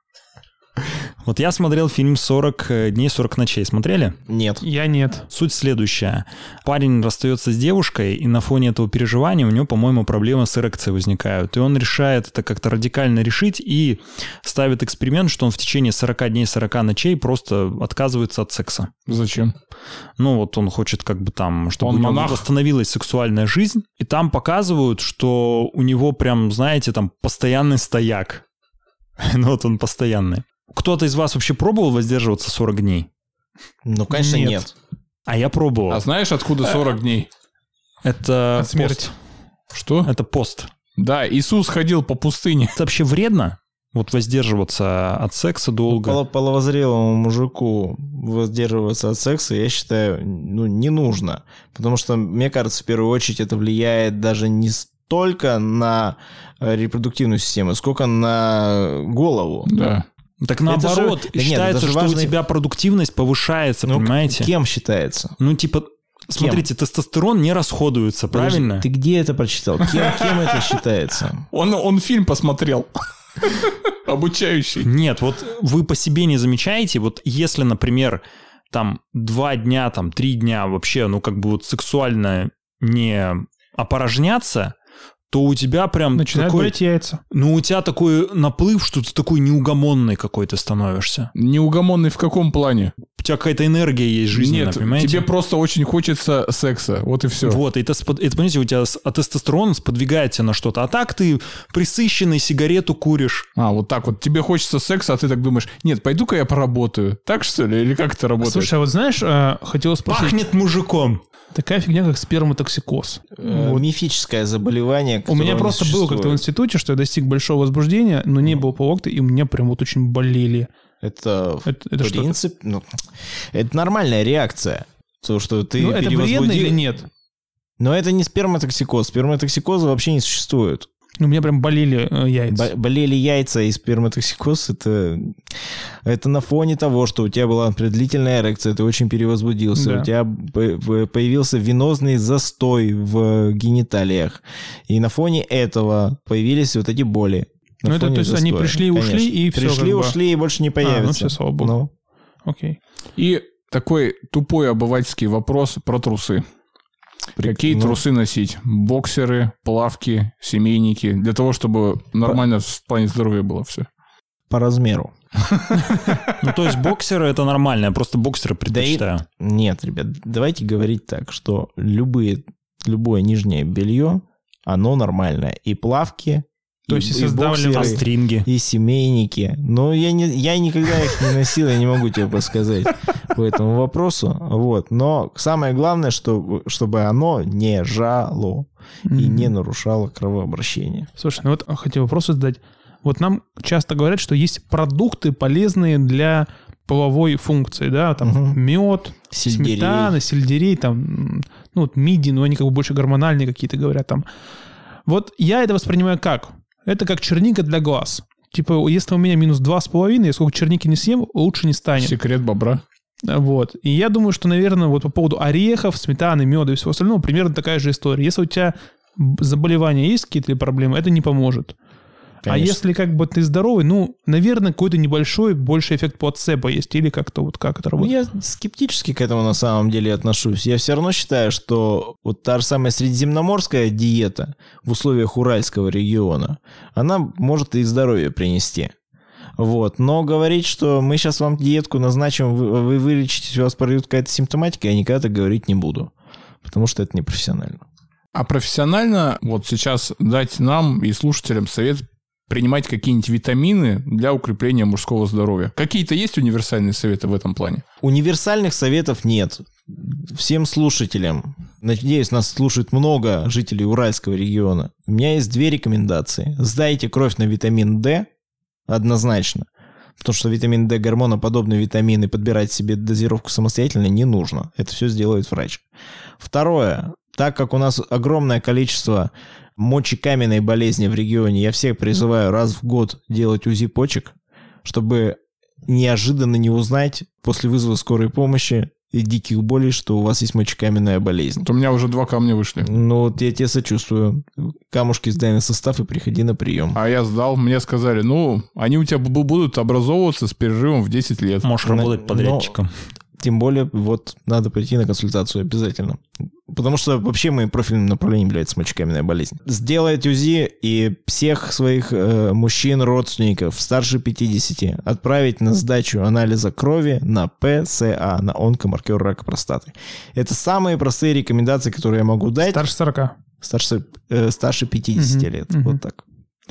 Вот я смотрел фильм «сорок дней, сорок ночей». Смотрели? Нет. Я нет. Суть следующая. Парень расстается с девушкой, и на фоне этого переживания у него, по-моему, проблемы с эрекцией возникают. И он решает это как-то радикально решить и ставит эксперимент, что он в течение сорок дней, сорок ночей просто отказывается от секса. Зачем? Ну вот он хочет как бы там, чтобы он у него монах. восстановилась сексуальная жизнь. И там показывают, что у него прям, знаете, там постоянный стояк. Ну вот он постоянный. Кто-то из вас вообще пробовал воздерживаться сорок дней? Ну, конечно, нет. нет. А я пробовал. А знаешь, откуда сорок дней? Это от смерти. Пост. Что? Это пост. Да, Иисус ходил по пустыне. Это вообще вредно? Вот воздерживаться от секса долго? Пол- половозрелому мужику воздерживаться от секса, я считаю, ну, не нужно. Потому что, мне кажется, в первую очередь это влияет даже не столько на репродуктивную систему, сколько на голову. Да. Так наоборот, же, считается, да нет, что важный... у тебя продуктивность повышается, ну, понимаете? Кем считается? Ну, типа, смотрите, кем? Тестостерон не расходуется, Подожди, правильно? Ты где это прочитал? Кем, кем это считается? Он, он фильм посмотрел. Обучающий. Нет, вот вы по себе не замечаете, вот если, например, там два дня, там три дня вообще, ну, как бы вот сексуально не опорожняться, то у тебя прям начинают такой... болеть яйца. Ну, у тебя такой наплыв, что ты такой неугомонный какой-то становишься. Неугомонный в каком плане? У тебя какая-то энергия есть жизненная, Нет, понимаете? тебе просто очень хочется секса, вот и все. Вот, это, это понимаете, у тебя а тестостерон сподвигает тебя на что-то. А так ты присыщенный, сигарету куришь. А, вот так вот. Тебе хочется секса, а ты так думаешь, нет, пойду-ка я поработаю. Так, что ли? Или как это работает? Слушай, а вот знаешь, э, хотел спросить... Пахнет мужиком. Такая фигня, как сперматоксикоз. Э, вот. Мифическое заболевание, у меня просто было как-то в институте, что я достиг большого возбуждения, но не было полуокта, и у меня прям вот очень болели. Это, это, это в принципе, ну, это нормальная реакция. То, что ты ну, это вредно или нет? Но это не сперматоксикоз. Сперматоксикоза вообще не существует. У меня прям болели э, яйца. Болели яйца и сперматоксикоз. Это, это на фоне того, что у тебя была длительная эрекция, ты очень перевозбудился, да. У тебя появился венозный застой в гениталиях. И на фоне этого появились вот эти боли. Ну, это, то есть застоя. Они пришли, ушли, конечно. И все. Пришли, ушли, бы... и больше не появятся. А, ну все, слава богу. Ну. Окей. И такой тупой обывательский вопрос про трусы. Какие ну, трусы носить? Боксеры, плавки, семейники. Для того, чтобы нормально в плане здоровья было все. По размеру. Ну, то есть боксеры это нормально, я просто боксеры предпочитаю. Нет, ребят, давайте говорить так, что любые, любое нижнее белье, оно нормальное. И плавки, То и, есть, и если сдавливать- боксеры, А стринги? и семейники. Но я, не, я никогда их не носил, я не могу тебе подсказать по этому вопросу. Вот. Но самое главное, что, чтобы оно не жало и не нарушало кровообращение. Слушай, ну вот хотел вопрос задать. Вот нам часто говорят, что есть продукты, полезные для половой функции, да, там Мгм. мед, Сельдерей. сметана, сельдерей, там, ну вот мидии, но они как бы больше гормональные какие-то говорят там. Вот я это воспринимаю как? Это как черника для глаз. Типа, если у меня минус два с половиной, я сколько черники не съем, лучше не станет. Секрет бобра. Вот. И я думаю, что, наверное, вот по поводу орехов, сметаны, меда и всего остального примерно такая же история. Если у тебя заболевания есть какие-то или проблемы, это не поможет. А Конечно. если как бы ты здоровый, ну, наверное, какой-то небольшой, больше эффект плацебо есть. Или как-то вот как это Ну, работает. я скептически к этому на самом деле отношусь. Я все равно считаю, что вот та же самая средиземноморская диета в условиях Уральского региона, она может и здоровье принести. Вот. Но говорить, что мы сейчас вам диетку назначим, вы, вы вылечитесь, у вас пройдет какая-то симптоматика, я никогда так говорить не буду. Потому что это непрофессионально. А профессионально вот сейчас дать нам и слушателям совет принимать какие-нибудь витамины для укрепления мужского здоровья. Какие-то есть универсальные советы в этом плане? Универсальных советов нет. Всем слушателям, надеюсь, нас слушает много жителей Уральского региона, у меня есть две рекомендации. Сдайте кровь на витамин D, однозначно. Потому что витамин D, гормоноподобный витамин, и подбирать себе дозировку самостоятельно не нужно. Это все сделает врач. Второе. Так как у нас огромное количество мочекаменной болезни в регионе, я всех призываю раз в год делать УЗИ почек, чтобы неожиданно не узнать после вызова скорой помощи и диких болей, что у вас есть мочекаменная болезнь. Вот у меня уже два камня вышли. Ну, вот я тебе сочувствую. Камушки сдай на состав и приходи на прием. А я сдал, мне сказали, ну, они у тебя бу- будут образовываться с перерывом в десять лет. Можешь работать Но- подрядчиком. Тем более, вот, надо пойти на консультацию обязательно. Потому что вообще моим профильным направлением является мочекаменная болезнь. Сделать УЗИ и всех своих э, мужчин-родственников старше пятидесяти отправить на сдачу анализа крови на ПСА, на онкомаркер рака простаты. Это самые простые рекомендации, которые я могу дать. Старше сорока. Старше, э, старше пятидесяти Мгм, лет. мгм. Вот так.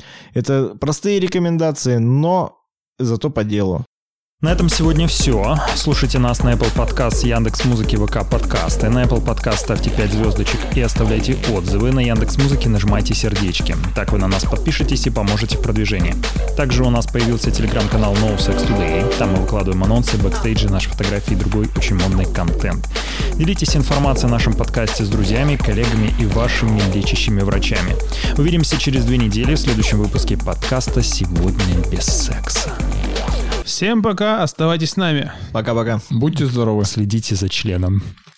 Это простые рекомендации, но зато по делу. На этом сегодня все. Слушайте нас на Apple Podcast, Яндекс.Музыки, ВК подкасты. На Apple Podcast ставьте пять звездочек и оставляйте отзывы. На Яндекс.Музыке нажимайте сердечки. Так вы на нас подпишетесь и поможете в продвижении. Также у нас появился телеграм-канал No Sex Today. Там мы выкладываем анонсы, бэкстейджи, наши фотографии и другой очень модный контент. Делитесь информацией о нашем подкасте с друзьями, коллегами и вашими лечащими врачами. Увидимся через две недели в следующем выпуске подкаста «Сегодня без секса». Всем пока, оставайтесь с нами. Пока-пока. Будьте здоровы. Следите за членом.